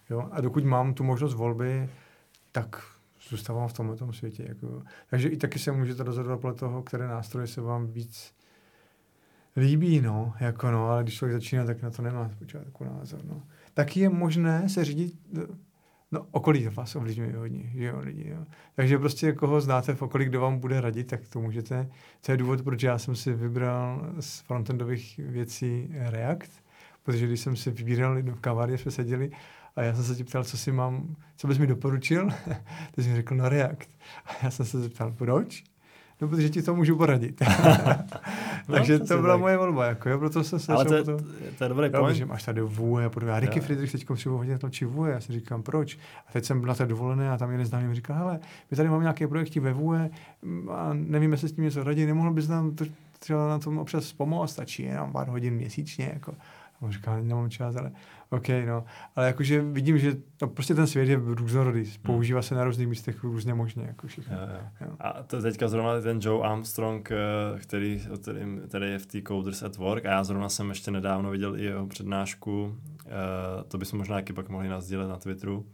Jo? A dokud mám tu možnost volby, tak zůstávám v tomhle světě. Jako. Takže i taky se můžete rozhodovat podle toho, které nástroje se vám víc líbí, no, jako no, ale když člověk začíná, tak na to nemá zpočátku názor, no. Taky je možné se řídit, no, okolí vás ovlivňuje hodně, že jo, lidi, jo. Takže prostě koho znáte v okolí, kdo vám bude radit, tak to můžete. To je důvod, proč já jsem si vybral z frontendových věcí React, protože když jsem si vybíral v kavárně, jsme seděli a já jsem se tě ptal, co si mám, co bys mi doporučil, ty jsi mi řekl, no React. A já jsem se zeptal, proč? No, protože ti to můžu poradit. Takže no, to byla tak. moje volba, jako jo, proto jsem se ale to, to, to je dobrý point. Že máš tady Vue a podobně. A Ricky Friedrich teďko přijde hodně tlačí Vue, já si říkám, proč? A teď jsem byl na té dovolené a tam jeden známý mi říkal, hele, my tady máme nějaké projekty ve Vue a nevíme, jestli s tím něco radit, nemohl bys nám to, třeba na tom občas pomoct, stačí jenom pár hodin měsíčně, jako. A on říkal, nemám čas, ale OK, no. Ale jakože vidím, že to prostě ten svět je různorodý. Používá se na různých místech různě možně. Jako všechno. Jo, jo. Jo. A to teďka zrovna ten Joe Armstrong, který, který, který je v té Coders at Work, a já zrovna jsem ještě nedávno viděl i jeho přednášku, to bychom možná taky pak mohli nasdílet na Twitteru,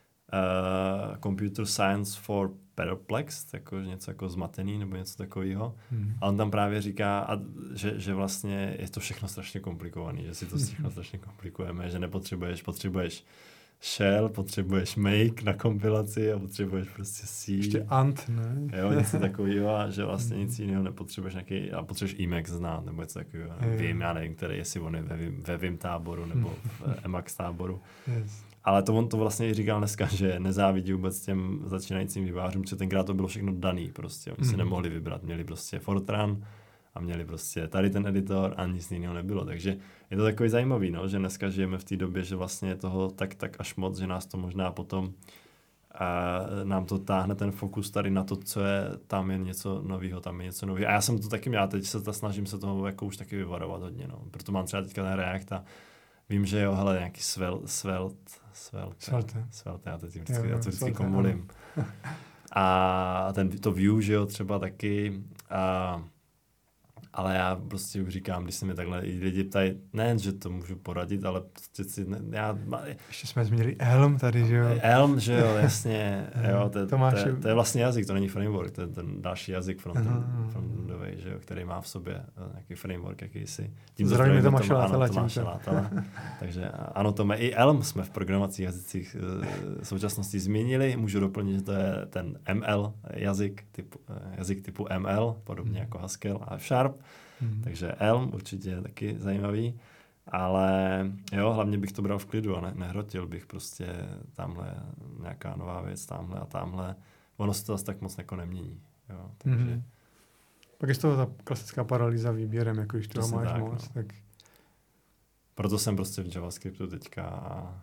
Uh, Computer Science for Perplexed, jako něco jako zmatený nebo něco takového. Hmm. A on tam právě říká, a, že, že vlastně je to všechno strašně komplikovaný, že si to všechno strašně komplikujeme, že nepotřebuješ, potřebuješ shell, potřebuješ make na kompilaci a potřebuješ prostě C. Ještě ant, ne? Jo, něco takového, a že vlastně nic jiného nepotřebuješ nějaký, a potřebuješ Emacs znát, nebo něco takového. Vím, já nevím, který, jestli on je ve, ve Vim táboru nebo v Emacs táboru. Yes. Ale to on to vlastně i říkal dneska, že nezávidí vůbec těm začínajícím vývojářům, protože tenkrát to bylo všechno daný prostě. Oni si mm. nemohli vybrat. Měli prostě Fortran a měli prostě tady ten editor a nic jiného nebylo. Takže je to takový zajímavý, no, že dneska žijeme v té době, že vlastně je toho tak, tak až moc, že nás to možná potom a nám to táhne ten fokus tady na to, co je, tam je něco nového, tam je něco nového. A já jsem to taky měl, teď se ta, snažím se toho jako už taky vyvarovat hodně, no. Proto mám třeba teďka ten React a vím, že jo, hele, nějaký svel, svelt, svelt, svelte, svelte, já to vždycky, jo, já to vždycky komolím. A ten, to view, že jo, třeba taky, a, ale já prostě už říkám, když se mi takhle i lidi ptají, nejen, že to můžu poradit, ale prostě si, ne, já... Ještě jsme zmínili Elm tady, že jo? Elm, že jo, jasně, jo, to, to, to, je, to je vlastně jazyk, to není framework, to je ten další jazyk frontendový, že jo, který má v sobě nějaký framework, jakýsi. Zdravíme Tomáše Látala. Tomáše Látala. Takže ano, Tome, i Elm jsme v programovacích jazycích v současnosti zmínili, můžu doplnit, že to je ten M L jazyk, typu, jazyk typu M L, podobně hmm. jako Haskell a Sharp. Hmm. Takže Elm určitě je taky zajímavý, ale jo, hlavně bych to bral v klidu a ne, nehrotil bych prostě tamhle nějaká nová věc, tamhle a tamhle. Ono se to zase tak moc jako nemění. Jo, takže... hmm. Pak je z toho ta klasická paralýza výběrem, jako když toho máš tak, moc. No. Tak... Proto jsem prostě v JavaScriptu teďka a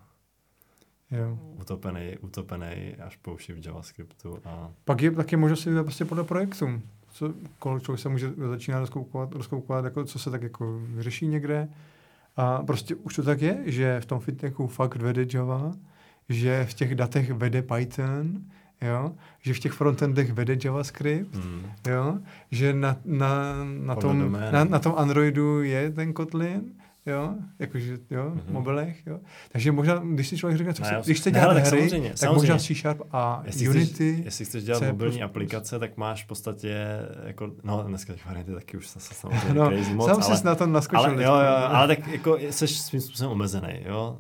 jo. utopenej, utopenej až po uši v JavaScriptu. A... Pak je taky možnost si prostě podle projektu. Co, člověk se může začínat rozkoukovat, rozkoukovat jako, co se tak jako vyřeší někde. A prostě už to tak je, že v tom fitnechu fakt vede Java, že v těch datech vede Python, jo? Že v těch frontendech vede JavaScript, mm. jo? Že na, na, na, tom, na, na tom Androidu je ten Kotlin, jo, jakože, jo, mm-hmm. v mobilech, jo. Takže možná, když si člověk říká, co chce, když chce dělat hry, tak, samozřejmě, tak samozřejmě. Možná C Sharp a jestli Unity. Chceš, jestli chceš dělat C++. Mobilní aplikace, tak máš v podstatě, jako, no dneska těch varianty taky už se samozřejmě no, crazy moc, ale... Sám jsi na to naskočil. Ale, jo, jo, ale tak jako jsi svým způsobem omezený, jo.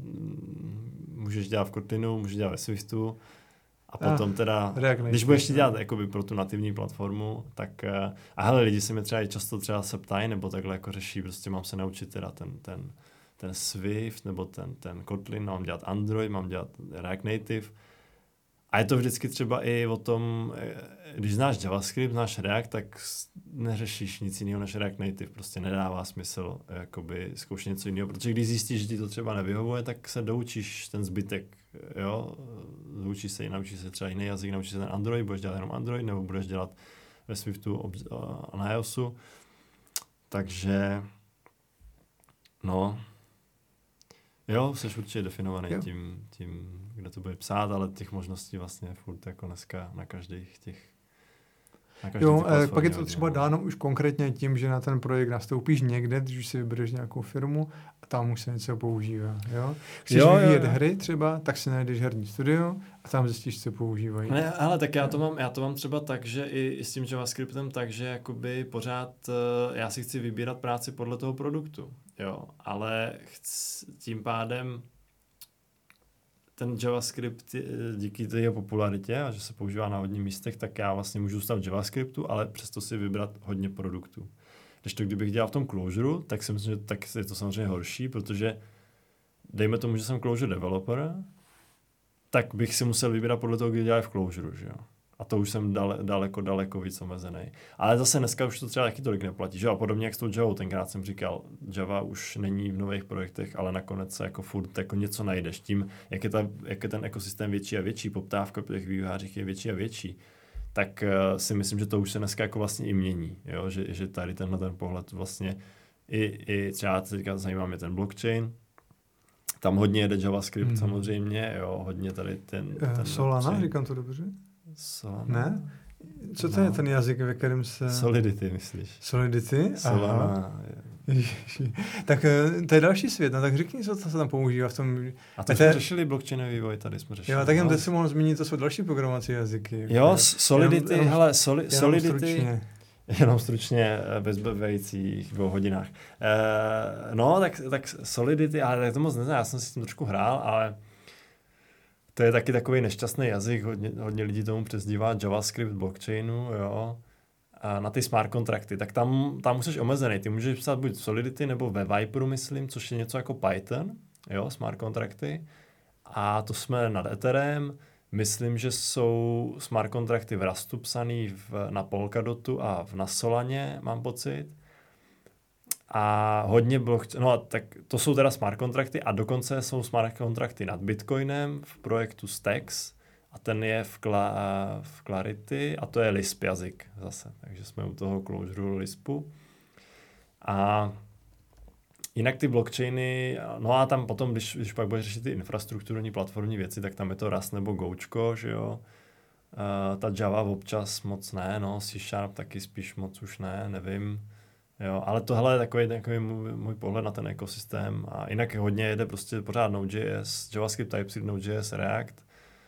Můžeš dělat v Kotlinu, můžeš dělat ve Swiftu, a potom teda, ah, když budeš ti dělat jakoby pro tu nativní platformu, tak a hele, lidi se mi třeba i často třeba se ptají, nebo takhle jako řeší, prostě mám se naučit teda ten, ten, ten Swift, nebo ten, ten Kotlin, mám dělat Android, mám dělat React Native. A je to vždycky třeba i o tom, když znáš JavaScript, znáš React, tak neřešíš nic jiného než React Native. Prostě nedává smysl jakoby zkoušet něco jiného, protože když zjistíš, že ti to třeba nevyhovuje, tak se doučíš ten zbytek, jo, doučíš se, naučíš se třeba jiný jazyk, naučíš se ten Android, budeš dělat jenom Android, nebo budeš dělat ve Swiftu a na iOSu. Takže, no, jo, jsi určitě definovaný tím, tím, kde to bude psát, ale těch možností vlastně furt jako dneska na každých těch Jo, pak je to třeba dáno už konkrétně tím, že na ten projekt nastoupíš někde, když si vybereš nějakou firmu a tam už se něco používá. Jo? Chceš jo, vyvíjet jo. hry třeba, tak si najdeš herní studio a tam zjistíš, co používají. Ne, ale tak já to mám, já to mám třeba tak, že i, i s tím JavaScriptem tak, že jakoby pořád já si chci vybírat práci podle toho produktu. Jo, ale chci, tím pádem ten JavaScript díky té jeho popularitě a že se používá na hodně místech, tak já vlastně můžu zůstat v JavaScriptu, ale přesto si vybrat hodně produktů. Když to kdybych dělal v tom Clojure, tak si myslím, že tak je to samozřejmě horší, protože dejme tomu, že jsem Clojure developer, tak bych si musel vybírat podle toho, kdy dělají v Clojure, že jo. A to už jsem dale, daleko, daleko víc omezený. Ale zase dneska už to třeba taky tolik neplatí, že? A podobně jak s tou Javou, tenkrát jsem říkal, Java už není v nových projektech, ale nakonec se jako furt jako něco najdeš. Tím, jak je, ta, jak je ten ekosystém větší a větší, poptávka po těch vývojářích je větší a větší, tak uh, si myslím, že to už se dneska jako vlastně i mění, jo? Že, že tady tenhle ten pohled vlastně i, i třeba teďka zajímá mě ten blockchain, tam hodně jede JavaScript hmm. samozřejmě, jo, hodně tady ten... ten Solana, blockchain. Říkám to dobře? Solana. Ne? Co to no. je ten jazyk, ve kterém se... Solidity, myslíš? Solidity? Solana. Tak to je další svět, no tak řekni, co to se tam používá v tom... A to jsme te... řešili blockchainový vývoj, tady jsme řešili. Jo, tak jen no. Teď si mohl zmínit, to jsou další programovací jazyky. Jo, Solidity, jenom, hele, soli, jenom Solidity... Stručně. Jenom stručně, bez bezbavejcích dvou hodinách. E, no, tak, tak Solidity, ale tak to moc neznám, já jsem si s tím trošku hrál, ale to je taky takový nešťastný jazyk, hodně, hodně lidí tomu přezdívá JavaScript blockchainu, jo, a na ty smart kontrakty, tak tam, tam musíš omezený, ty můžeš psát buď v Solidity nebo ve Viperu, myslím, což je něco jako Python, jo, smart kontrakty, a to jsme nad Etherem. Myslím, že jsou smart kontrakty v Rustu psaný v, na Polkadotu a v na Solaně, mám pocit. A hodně block... No tak to jsou teda smart kontrakty a dokonce jsou smart kontrakty nad Bitcoinem v projektu Stacks a ten je v, Cla... v Clarity a to je Lisp jazyk zase. Takže jsme u toho Clojure Lispu. A jinak ty blockchainy, no a tam potom, když, když pak budeš řešit ty infrastrukturní platformní věci, tak tam je to Rust nebo Gočko, že jo. Uh, ta Java občas moc ne, no, C Sharp taky spíš moc už ne, nevím. Jo, ale tohle je takový, takový můj, můj pohled na ten ekosystém a jinak hodně jede prostě pořád Node.js, JavaScript, TypeScript, Node.js, React.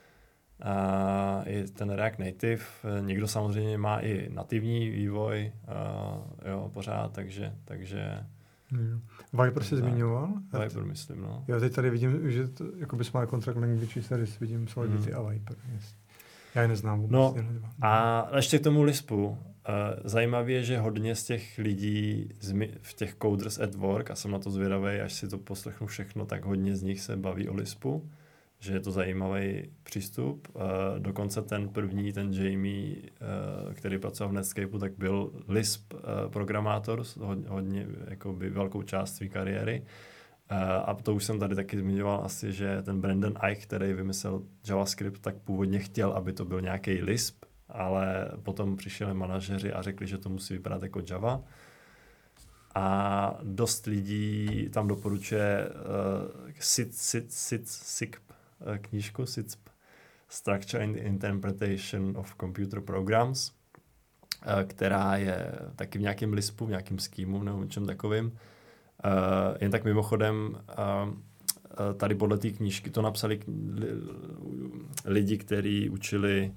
A i ten React Native, někdo samozřejmě má i nativní vývoj, uh, jo, pořád, takže, takže Hmm. Viper se zmiňoval? Viper, myslím, no. Já teď tady vidím, že to jakoby smart contract language, tady vidím Solidity hmm. a Viper. Yes. Já je neznám vůbec. No a ještě k tomu Lispu. Uh, zajímavé je, že hodně z těch lidí zmi- v těch Coders at Work, a jsem na to zvědavý, až si to poslechnu všechno, tak hodně z nich se baví o Lispu, že je to zajímavý přístup. Uh, dokonce ten první, ten Jamie, uh, který pracoval v Netscapeu, tak byl Lisp uh, programátor, hodně, hodně jakoby velkou část své kariéry. Uh, a to už jsem tady taky zmiňoval asi, že ten Brandon Eich, který vymyslel JavaScript, tak původně chtěl, aby to byl nějaký Lisp, ale potom přišli manažeři a řekli, že to musí vypadat jako Java. A dost lidí tam doporučuje uh, sit, sit, sit, S I C P, knížku S I C P, Structure and Interpretation of Computer Programs, která je taky v nějakém Lispu, v nějakém schemu nebo něčem takovým. Jen tak mimochodem, tady podle té knížky to napsali lidi, kteří učili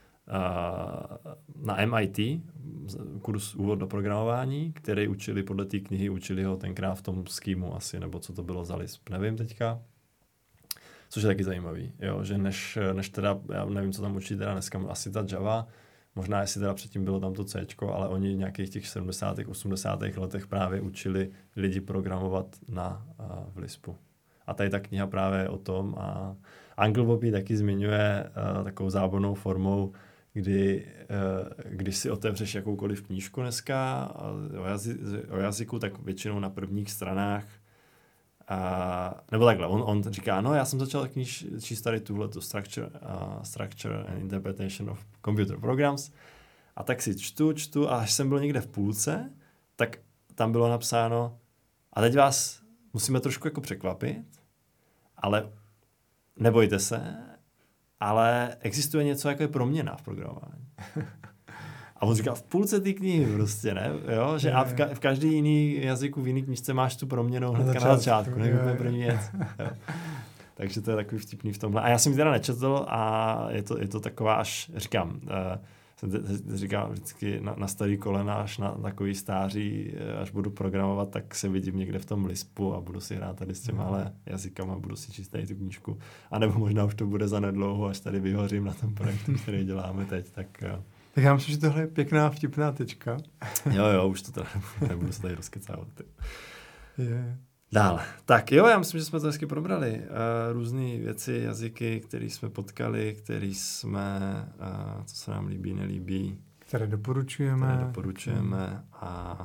na M I T, kurz úvod do programování, který učili podle té knihy, učili ho tenkrát v tom schemu asi, nebo co to bylo za Lisp, nevím teďka. Což je taky zajímavý, jo, že než, než teda, já nevím, co tam učí teda dneska, asi ta Java, možná jestli teda předtím bylo tam to Cčko, ale oni v nějakých těch sedmdesátých, osmdesátých letech právě učili lidi programovat na, a, v Lispu. A tady ta kniha právě je o tom a Anglebopy taky zmiňuje a, takovou zábavnou formou, kdy, a, když si otevřeš jakoukoliv knížku dneska o, jazy, o jazyku, tak většinou na prvních stranách Uh, nebo takhle, on, on říká, no já jsem začal kníž, číst tady tuhletu structure, uh, structure and Interpretation of Computer Programs a tak si čtu, čtu a až jsem byl někde v půlce, tak tam bylo napsáno a teď vás musíme trošku jako překvapit, ale nebojte se, ale existuje něco jako je proměna v programování. A on říká, v půlce té knihy prostě, ne? Jo? Že a v, ka- v každý jiný jazyku, v jiný knížce máš tu proměnou hnedka na začátku, ne? Úplně první věc. Jo. Takže to je takový vtipný v tomhle. A já jsem ji teda nečetl a je to, je to taková až, říkám, uh, jsem te, te, říkal vždycky na, na starý kolena, až na takový stáří, až budu programovat, tak se vidím někde v tom Lispu a budu si hrát tady s těma mm. jazykama, budu si číst tady tu knížku. A nebo možná už to bude za nedlouho, až tady vyhořím na tom projektu, který děláme teď, tak jo. Tak já myslím, že tohle je pěkná vtipná tečka. Jo, jo, už to teda nebudu se tady rozkecávat. Yeah. Dále. Tak jo, já myslím, že jsme to hezky probrali. Uh, různé věci, jazyky, které jsme potkali, které jsme, uh, co se nám líbí, nelíbí. Které doporučujeme. Které doporučujeme a...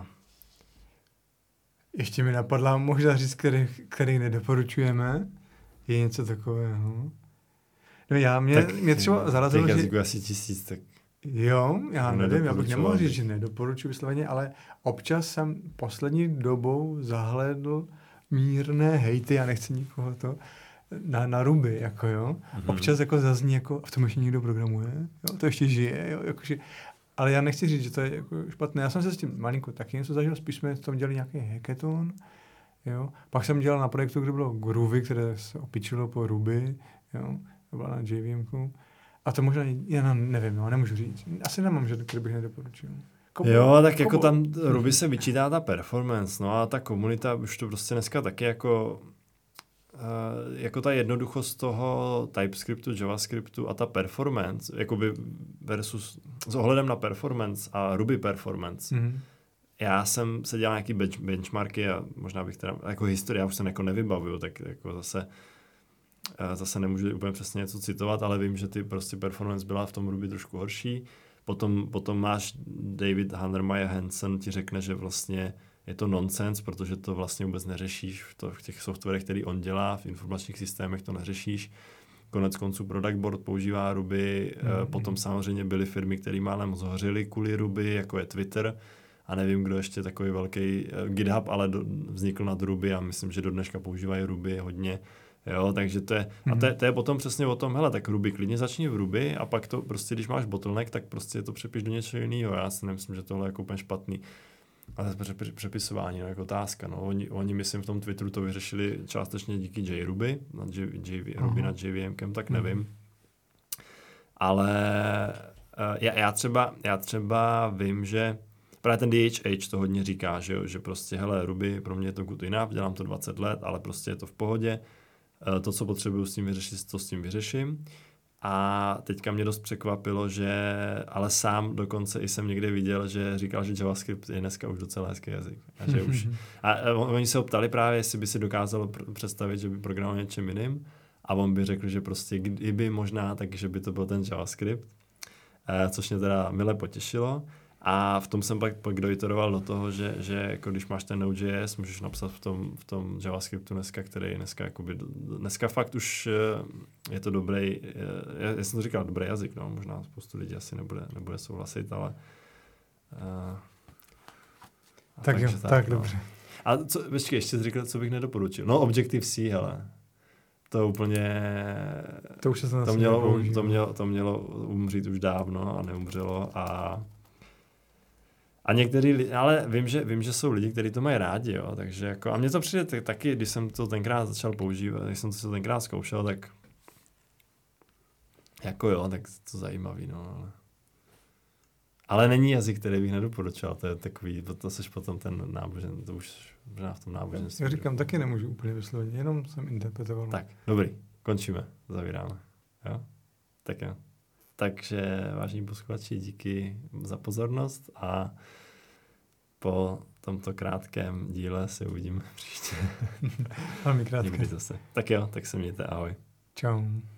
Ještě mi napadla možná říct, který, který nedoporučujeme. Je něco takového. No já, mě, tak, mě třeba zarazilo, že... že... jazyků asi tisíc, tak... Jo, já nevím, já bych nemohl říct, že nedoporučuji vysloveně, ale občas jsem poslední dobou zahlédl mírné hejty, já nechci nikoho to, na, na ruby, jako jo. Mm-hmm. Občas jako zazní, jako v tom ještě někdo programuje, jo, to ještě žije, jo, jakože, ale já nechci říct, že to je jako špatné. Já jsem se s tím malinko taky něco zažil, spíš jsme tam dělali nějaký hackathon, jo. Pak jsem dělal na projektu, kde bylo Groovy, které se opičilo po ruby, jo, to bylo na JVMku. A to možná, já nevím, no, nemůžu říct. Asi nemám žádný, který bych nedoporučil. Kobo, jo, tak kobo. Jako tam Ruby se vyčítá ta performance, no a ta komunita už to prostě dneska taky jako uh, jako ta jednoduchost toho TypeScriptu, JavaScriptu a ta performance, jakoby versus s ohledem na performance a Ruby performance. Mm-hmm. Já jsem se dělal nějaký bench, benchmarky a možná bych teda, jako historie, já už jsem jako nevybavuju, tak jako zase zase nemůžu úplně přesně něco citovat, ale vím, že ty prostě performance byla v tom Ruby trošku horší. Potom, potom máš David Heinemeier Hansson ti řekne, že vlastně je to nonsense, protože to vlastně vůbec neřešíš v, to, v těch softwarech, který on dělá, v informačních systémech to neřešíš. Konec konců Product Board používá Ruby, mm-hmm. potom samozřejmě byly firmy, které málem zhořily kvůli Ruby, jako je Twitter, a nevím, kdo ještě takový velký GitHub, ale do, vznikl nad Ruby a myslím, že do dneška používají Ruby hodně. Jo, takže to je, a to je, to je potom přesně o tom, hele, tak Ruby, klidně začni v Ruby a pak to prostě, když máš bottleneck, tak prostě to přepiš do něčeho jiného. Já si nemyslím, že tohle je jako úplně špatný. Ale přepisování, no, jako otázka, no. Oni, oni, myslím, v tom Twitteru to vyřešili částečně díky JRuby, nad J, J, Ruby nad JVMkem, tak nevím. Ale uh, já, já, třeba, já třeba vím, že právě ten D H H to hodně říká, že, že prostě, hele, Ruby, pro mě je to good enough, dělám to dvacet let, ale prostě je to v pohodě. To, co potřebuju s tím vyřešit, to s tím vyřeším. A teďka mě dost překvapilo, že ale sám dokonce i jsem někde viděl, že říkal, že JavaScript je dneska už docela hezký jazyk. A, že už, a oni se ho ptali právě, jestli by si dokázalo představit, že by programoval něčem jiným. A on by řekl, že prostě kdyby možná, takže by to byl ten JavaScript. Což mě teda mile potěšilo. A v tom jsem pak, pak doitoroval do toho, že, že jako když máš ten Node.js, můžeš napsat v tom, v tom JavaScriptu dneska, který dneska, jakoby, dneska fakt už je to dobrý, já, já jsem to říkal, dobrý jazyk, no, možná spoustu lidí asi nebude, nebude souhlasit, ale... Uh, tak jo, tak, tak no. Dobře. A co, počkej, ještě jsi říkal, co bych nedoporučil. No, Objective-C, hele. To úplně... To už se to, to, mělo, um, to, mělo, to mělo umřít už dávno a neumřelo a... A některý, ale vím, že, vím, že jsou lidi, kteří to mají rádi, jo, takže jako, a mně to přijde t- taky, když jsem to tenkrát začal používat, když jsem to tenkrát zkoušel, tak jako jo, tak to zajímavý, no, ale, ale není jazyk, který bych nedoporučoval, to je takový, to seš potom ten nábožen, to už možná v tom náboženství. Já říkám, taky nemůžu úplně vyslovit, jenom jsem interpretoval. Tak, dobrý, končíme, zavíráme, jo, tak jo. Takže, vážení posluchači, díky za pozornost a po tomto krátkém díle se uvidíme příště. Velmi krátké. Někdy zase. Tak jo, tak se mějte, ahoj. Čau.